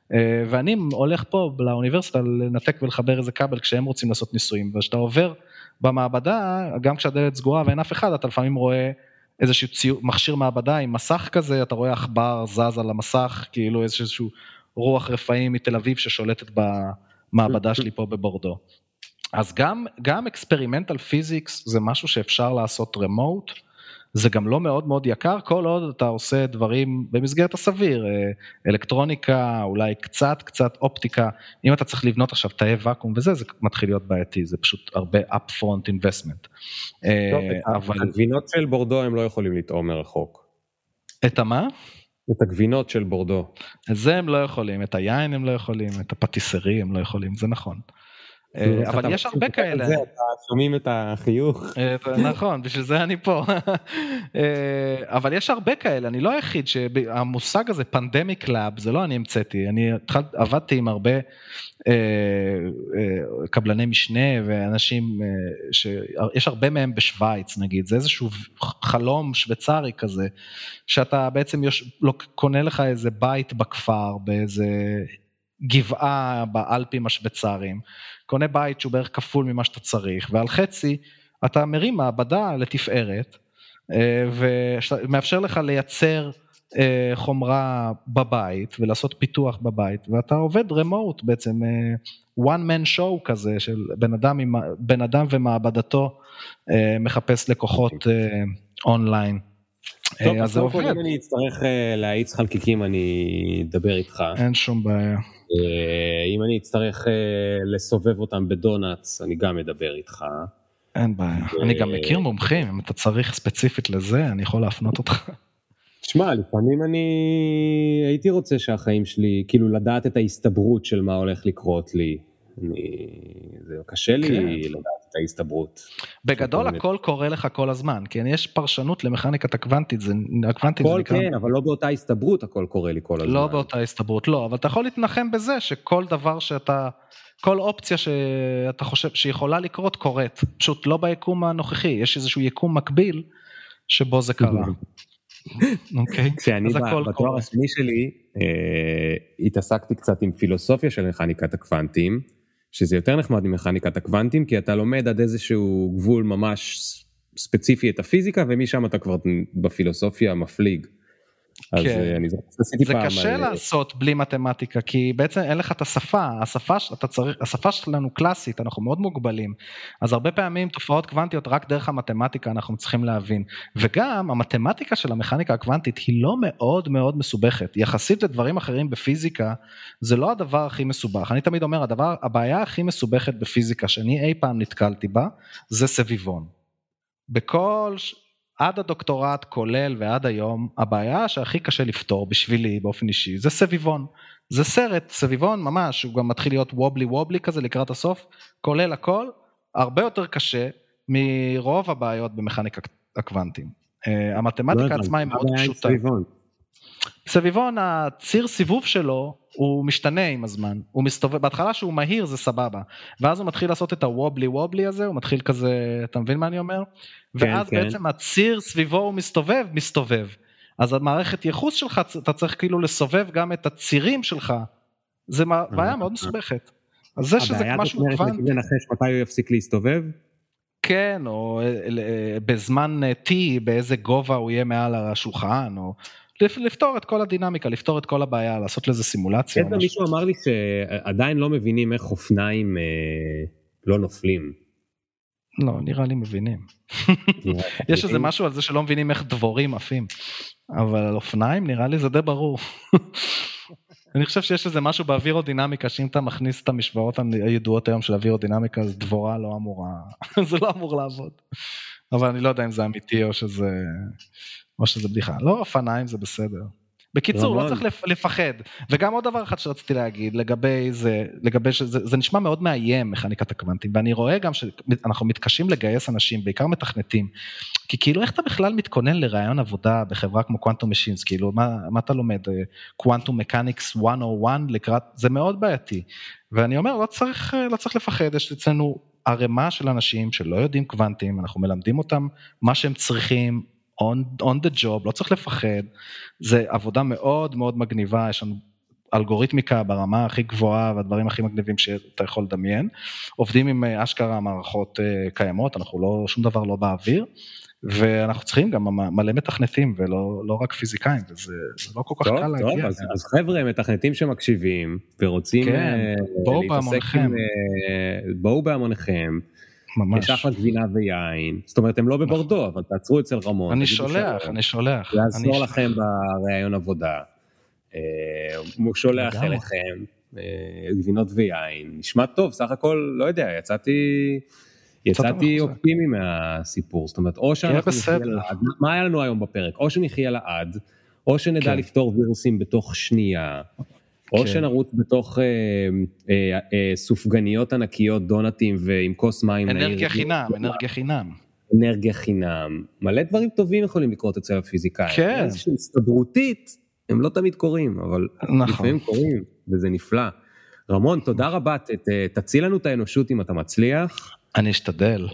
ואני הולך פה לאוניברסיטה לנתק ולחבר איזה כבל כשהם רוצים לעשות ניסויים, וכשאתה עובר במעבדה, גם כשהדלת סגורה ואין אף אחד, אתה לפעמים רואה איזשהו מכשיר מעבדה עם מסך כזה, אתה רואה עכבר זז על המסך, כאילו איזשהו רוח רפאים מתל אביב ששולטת במעבדה שלי פה בבורדו. אז גם experimental physics זה משהו שאפשר לעשות remote, זה גם לא מאוד מאוד יקר, כל עוד אתה עושה דברים במסגרת הסביר, אלקטרוניקה, אולי קצת אופטיקה, אם אתה צריך לבנות עכשיו תאי ואקום וזה, זה מתחיל להיות בעייתי, זה פשוט הרבה upfront investment. אבל הגבינות של בורדו הם לא יכולים לטעום מרחוק. את מה? את הגבינות של בורדו. את זה הם לא יכולים, את היין הם לא יכולים, את הפטיסרי הם לא יכולים, זה נכון. אבל יש הרבה כאלה. שומעים את החיוך. נכון, בשביל זה אני פה. אבל יש הרבה כאלה, אני לא היחיד שהמושג הזה, פנדמיק לאב, זה לא אני המצאתי, אני עבדתי עם הרבה קבלני משנה ואנשים, יש הרבה מהם בשוויץ נגיד, זה איזשהו חלום שוויצרי כזה, שאתה בעצם קונה לך איזה בית בכפר, באיזה גבעה באלפים השוויצריים, קונה בית שהוא בערך כפול ממה שאתה צריך, ועל חצי אתה מרים מעבדה לתפארת, ומאפשר לך לייצר חומרה בבית, ולעשות פיתוח בבית, ואתה עובד רמוט בעצם, one man show כזה, של בן אדם ומעבדתו, מחפש לקוחות אונליין. טוב, אז אם אני אצטרך להאיץ חלקיקים, אני אדבר איתך. אין שום בעיה. אם אני אצטרך לסובב אותם בדונאטס, אני גם אדבר איתך. אין בעיה. אני גם מכיר מומחים, אם אתה צריך ספציפית לזה, אני יכול להפנות אותך. תשמע, לפעמים אני הייתי רוצה שהחיים שלי, כאילו לדעת את ההסתברות של מה הולך לקרות לי. זה קשה לי לדעת את ההסתברות. בגדול הכל קורה לך כל הזמן, כן, יש פרשנות למכניקת הקוונטית, הכל כן, אבל לא באותה הסתברות הכל קורה לי כל הזמן. לא באותה הסתברות, לא, אבל אתה יכול להתנחם בזה שכל דבר שאתה, כל אופציה שאתה חושב שיכולה לקרות קורית, פשוט לא ביקום הנוכחי, יש איזשהו יקום מקביל שבו זה קרה. אוקיי. כשאני בתואר השני שלי התעסקתי קצת עם פילוסופיה של מכניקת הקוונטים, שזה יותר נחמד ממכניקת הקוונטים, כי אתה לומד עד איזשהו גבול ממש ספציפי את הפיזיקה, ומשם אתה כבר בפילוסופיה מפליג. אז אני זה קשה לעשות בלי מתמטיקה, כי בעצם אין לך את השפה, השפה שלנו קלאסית, אנחנו מאוד מוגבלים, אז הרבה פעמים תופעות קוונטיות רק דרך המתמטיקה אנחנו צריכים להבין, וגם המתמטיקה של המכניקה הקוונטית היא לא מאוד מאוד מסובכת, יחסית לדברים אחרים בפיזיקה, זה לא הדבר הכי מסובך, אני תמיד אומר, הבעיה הכי מסובכת בפיזיקה, שאני אי פעם נתקלתי בה, זה סביבון. עד הדוקטורט כולל ועד היום, הבעיה שהכי קשה לפתור בשבילי באופן אישי, זה סביבון. זה סרט, סביבון ממש, הוא גם מתחיל להיות וובלי כזה לקראת הסוף, כולל הכל, הרבה יותר קשה מרוב הבעיות במכניקה הקוונטים. המתמטיקה עצמה היא מאוד פשוטה. סביבון, הציר סיבוב שלו, הוא משתנה עם הזמן, הוא מסתובב, בהתחלה שהוא מהיר זה סבבה, ואז הוא מתחיל לעשות את הוובלי הזה, הוא מתחיל כזה, אתה מבין מה אני אומר? ואז בעצם הציר סביבו הוא מסתובב, אז המערכת ייחוס שלך, אתה צריך כאילו לסובב גם את הצירים שלך, זה בעיה מאוד מסובכת. אז זה שזה משהו קוונטי. הבעיה זאת אומרת, לנחש מתי הוא יפסיק להסתובב? כן, או בזמן T, באיזה גובה הוא יהיה מעל השולחן, או לפתור את כל הדינמיקה, לפתור את כל הבעיה, לעשות לזה סימולציה. איזה מישהו אמר לי שעדיין לא מבינים איך אופניים לא נופלים. לא, נראה לי מבינים. יש איזה משהו על זה שלא מבינים איך דבורים עפים, אבל על אופניים נראה לי זה די ברור. אני חושב שיש איזה משהו באווירודינמיקה, שאם אתה מכניס את המשוואות הידועות היום של אווירודינמיקה, אז דבורה לא אמורה, זה לא אמור לעבוד. אבל אני לא יודע אם זה אמיתי או שזה בדיחה. לא, אופניים זה בסדר. בקיצור, לא צריך לפחד. וגם עוד דבר אחד שרציתי להגיד, לגבי שזה נשמע מאוד מאיים, מכניקת הקוונטים, ואני רואה גם שאנחנו מתקשים לגייס אנשים, בעיקר מתכנתים, כי כאילו איך אתה בכלל מתכונן לרעיון עבודה בחברה כמו קוונטום משינס, כאילו מה אתה לומד? קוונטום מקניקס 101 לקראת, זה מאוד בעייתי. ואני אומר, לא צריך לפחד, יש אצלנו ערימה של אנשים שלא יודעים קוונטים, אנחנו מלמדים אותם מה שהם צריכים, on the job, לא צריך לפחד, זה עבודה מאוד מאוד מגניבה, יש לנו אלגוריתמיקה ברמה הכי גבוהה, והדברים הכי מגניבים שאתה יכול לדמיין, עובדים עם אשכרה מערכות קיימות, אנחנו לא, שום דבר לא באוויר, ואנחנו צריכים גם מלא מתכנתים, ולא רק פיזיקאים, וזה לא כל כך קל להגיע. טוב, אז חבר'ה, מתכנתים שמקשיבים, ורוצים להתעסק עם... בואו בהמוניכם, יש אחלה גבינה ויין, זאת אומרת, הם לא בבורדו, אבל תעצרו אצל רמון. אני שולח. יעזור לכם בראיון עבודה. הוא שולח אליכם, גבינות ויין, נשמע טוב, סך הכל, לא יודע, יצאתי אופטימי מהסיפור, זאת אומרת, או שאנחנו נחיה לעד, מה היה לנו היום בפרק? או שנחיה לעד, או שנדע לפתור וירוסים בתוך שנייה, או שנרוץ בתוך סופגניות ענקיות, דונטים ועם כוס מים. אנרגיה חינם. אנרגיה חינם. מלא דברים טובים יכולים לקרות אצל הפיזיקאים. כן. איזושהי הסתברותית, הם לא תמיד קוראים, אבל לפעמים קוראים, וזה נפלא. רמון, תודה רבה, תציל לנו את האנושות אם אתה מצליח. אני אשתדל.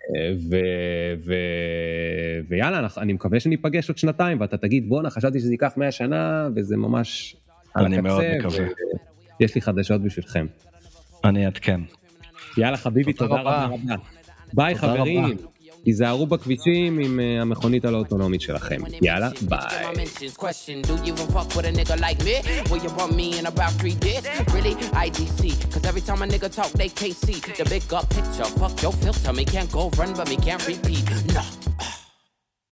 ויאללה, אני מקווה שניפגש עוד 2 ואתה תגיד, בואנה, חשבתי שזה ייקח 100 שנה, וזה ממש על הקצה. אני מאוד מקווה. יש לי חדשות בשבילכם. אני אעדכן. יאללה חביבי, תודה רבה. ביי חברים. תיזהרו בכבישים עם המכונית הלא-אוטונומית שלכם. יאללה, ביי. Do you even fuck with a nigga like me? Will you bump me in about 3 days? Really? IDC. Cause every time a nigga talk, they can't see the big up picture. Fuck your filter. Me can't go run, but me can't repeat. No.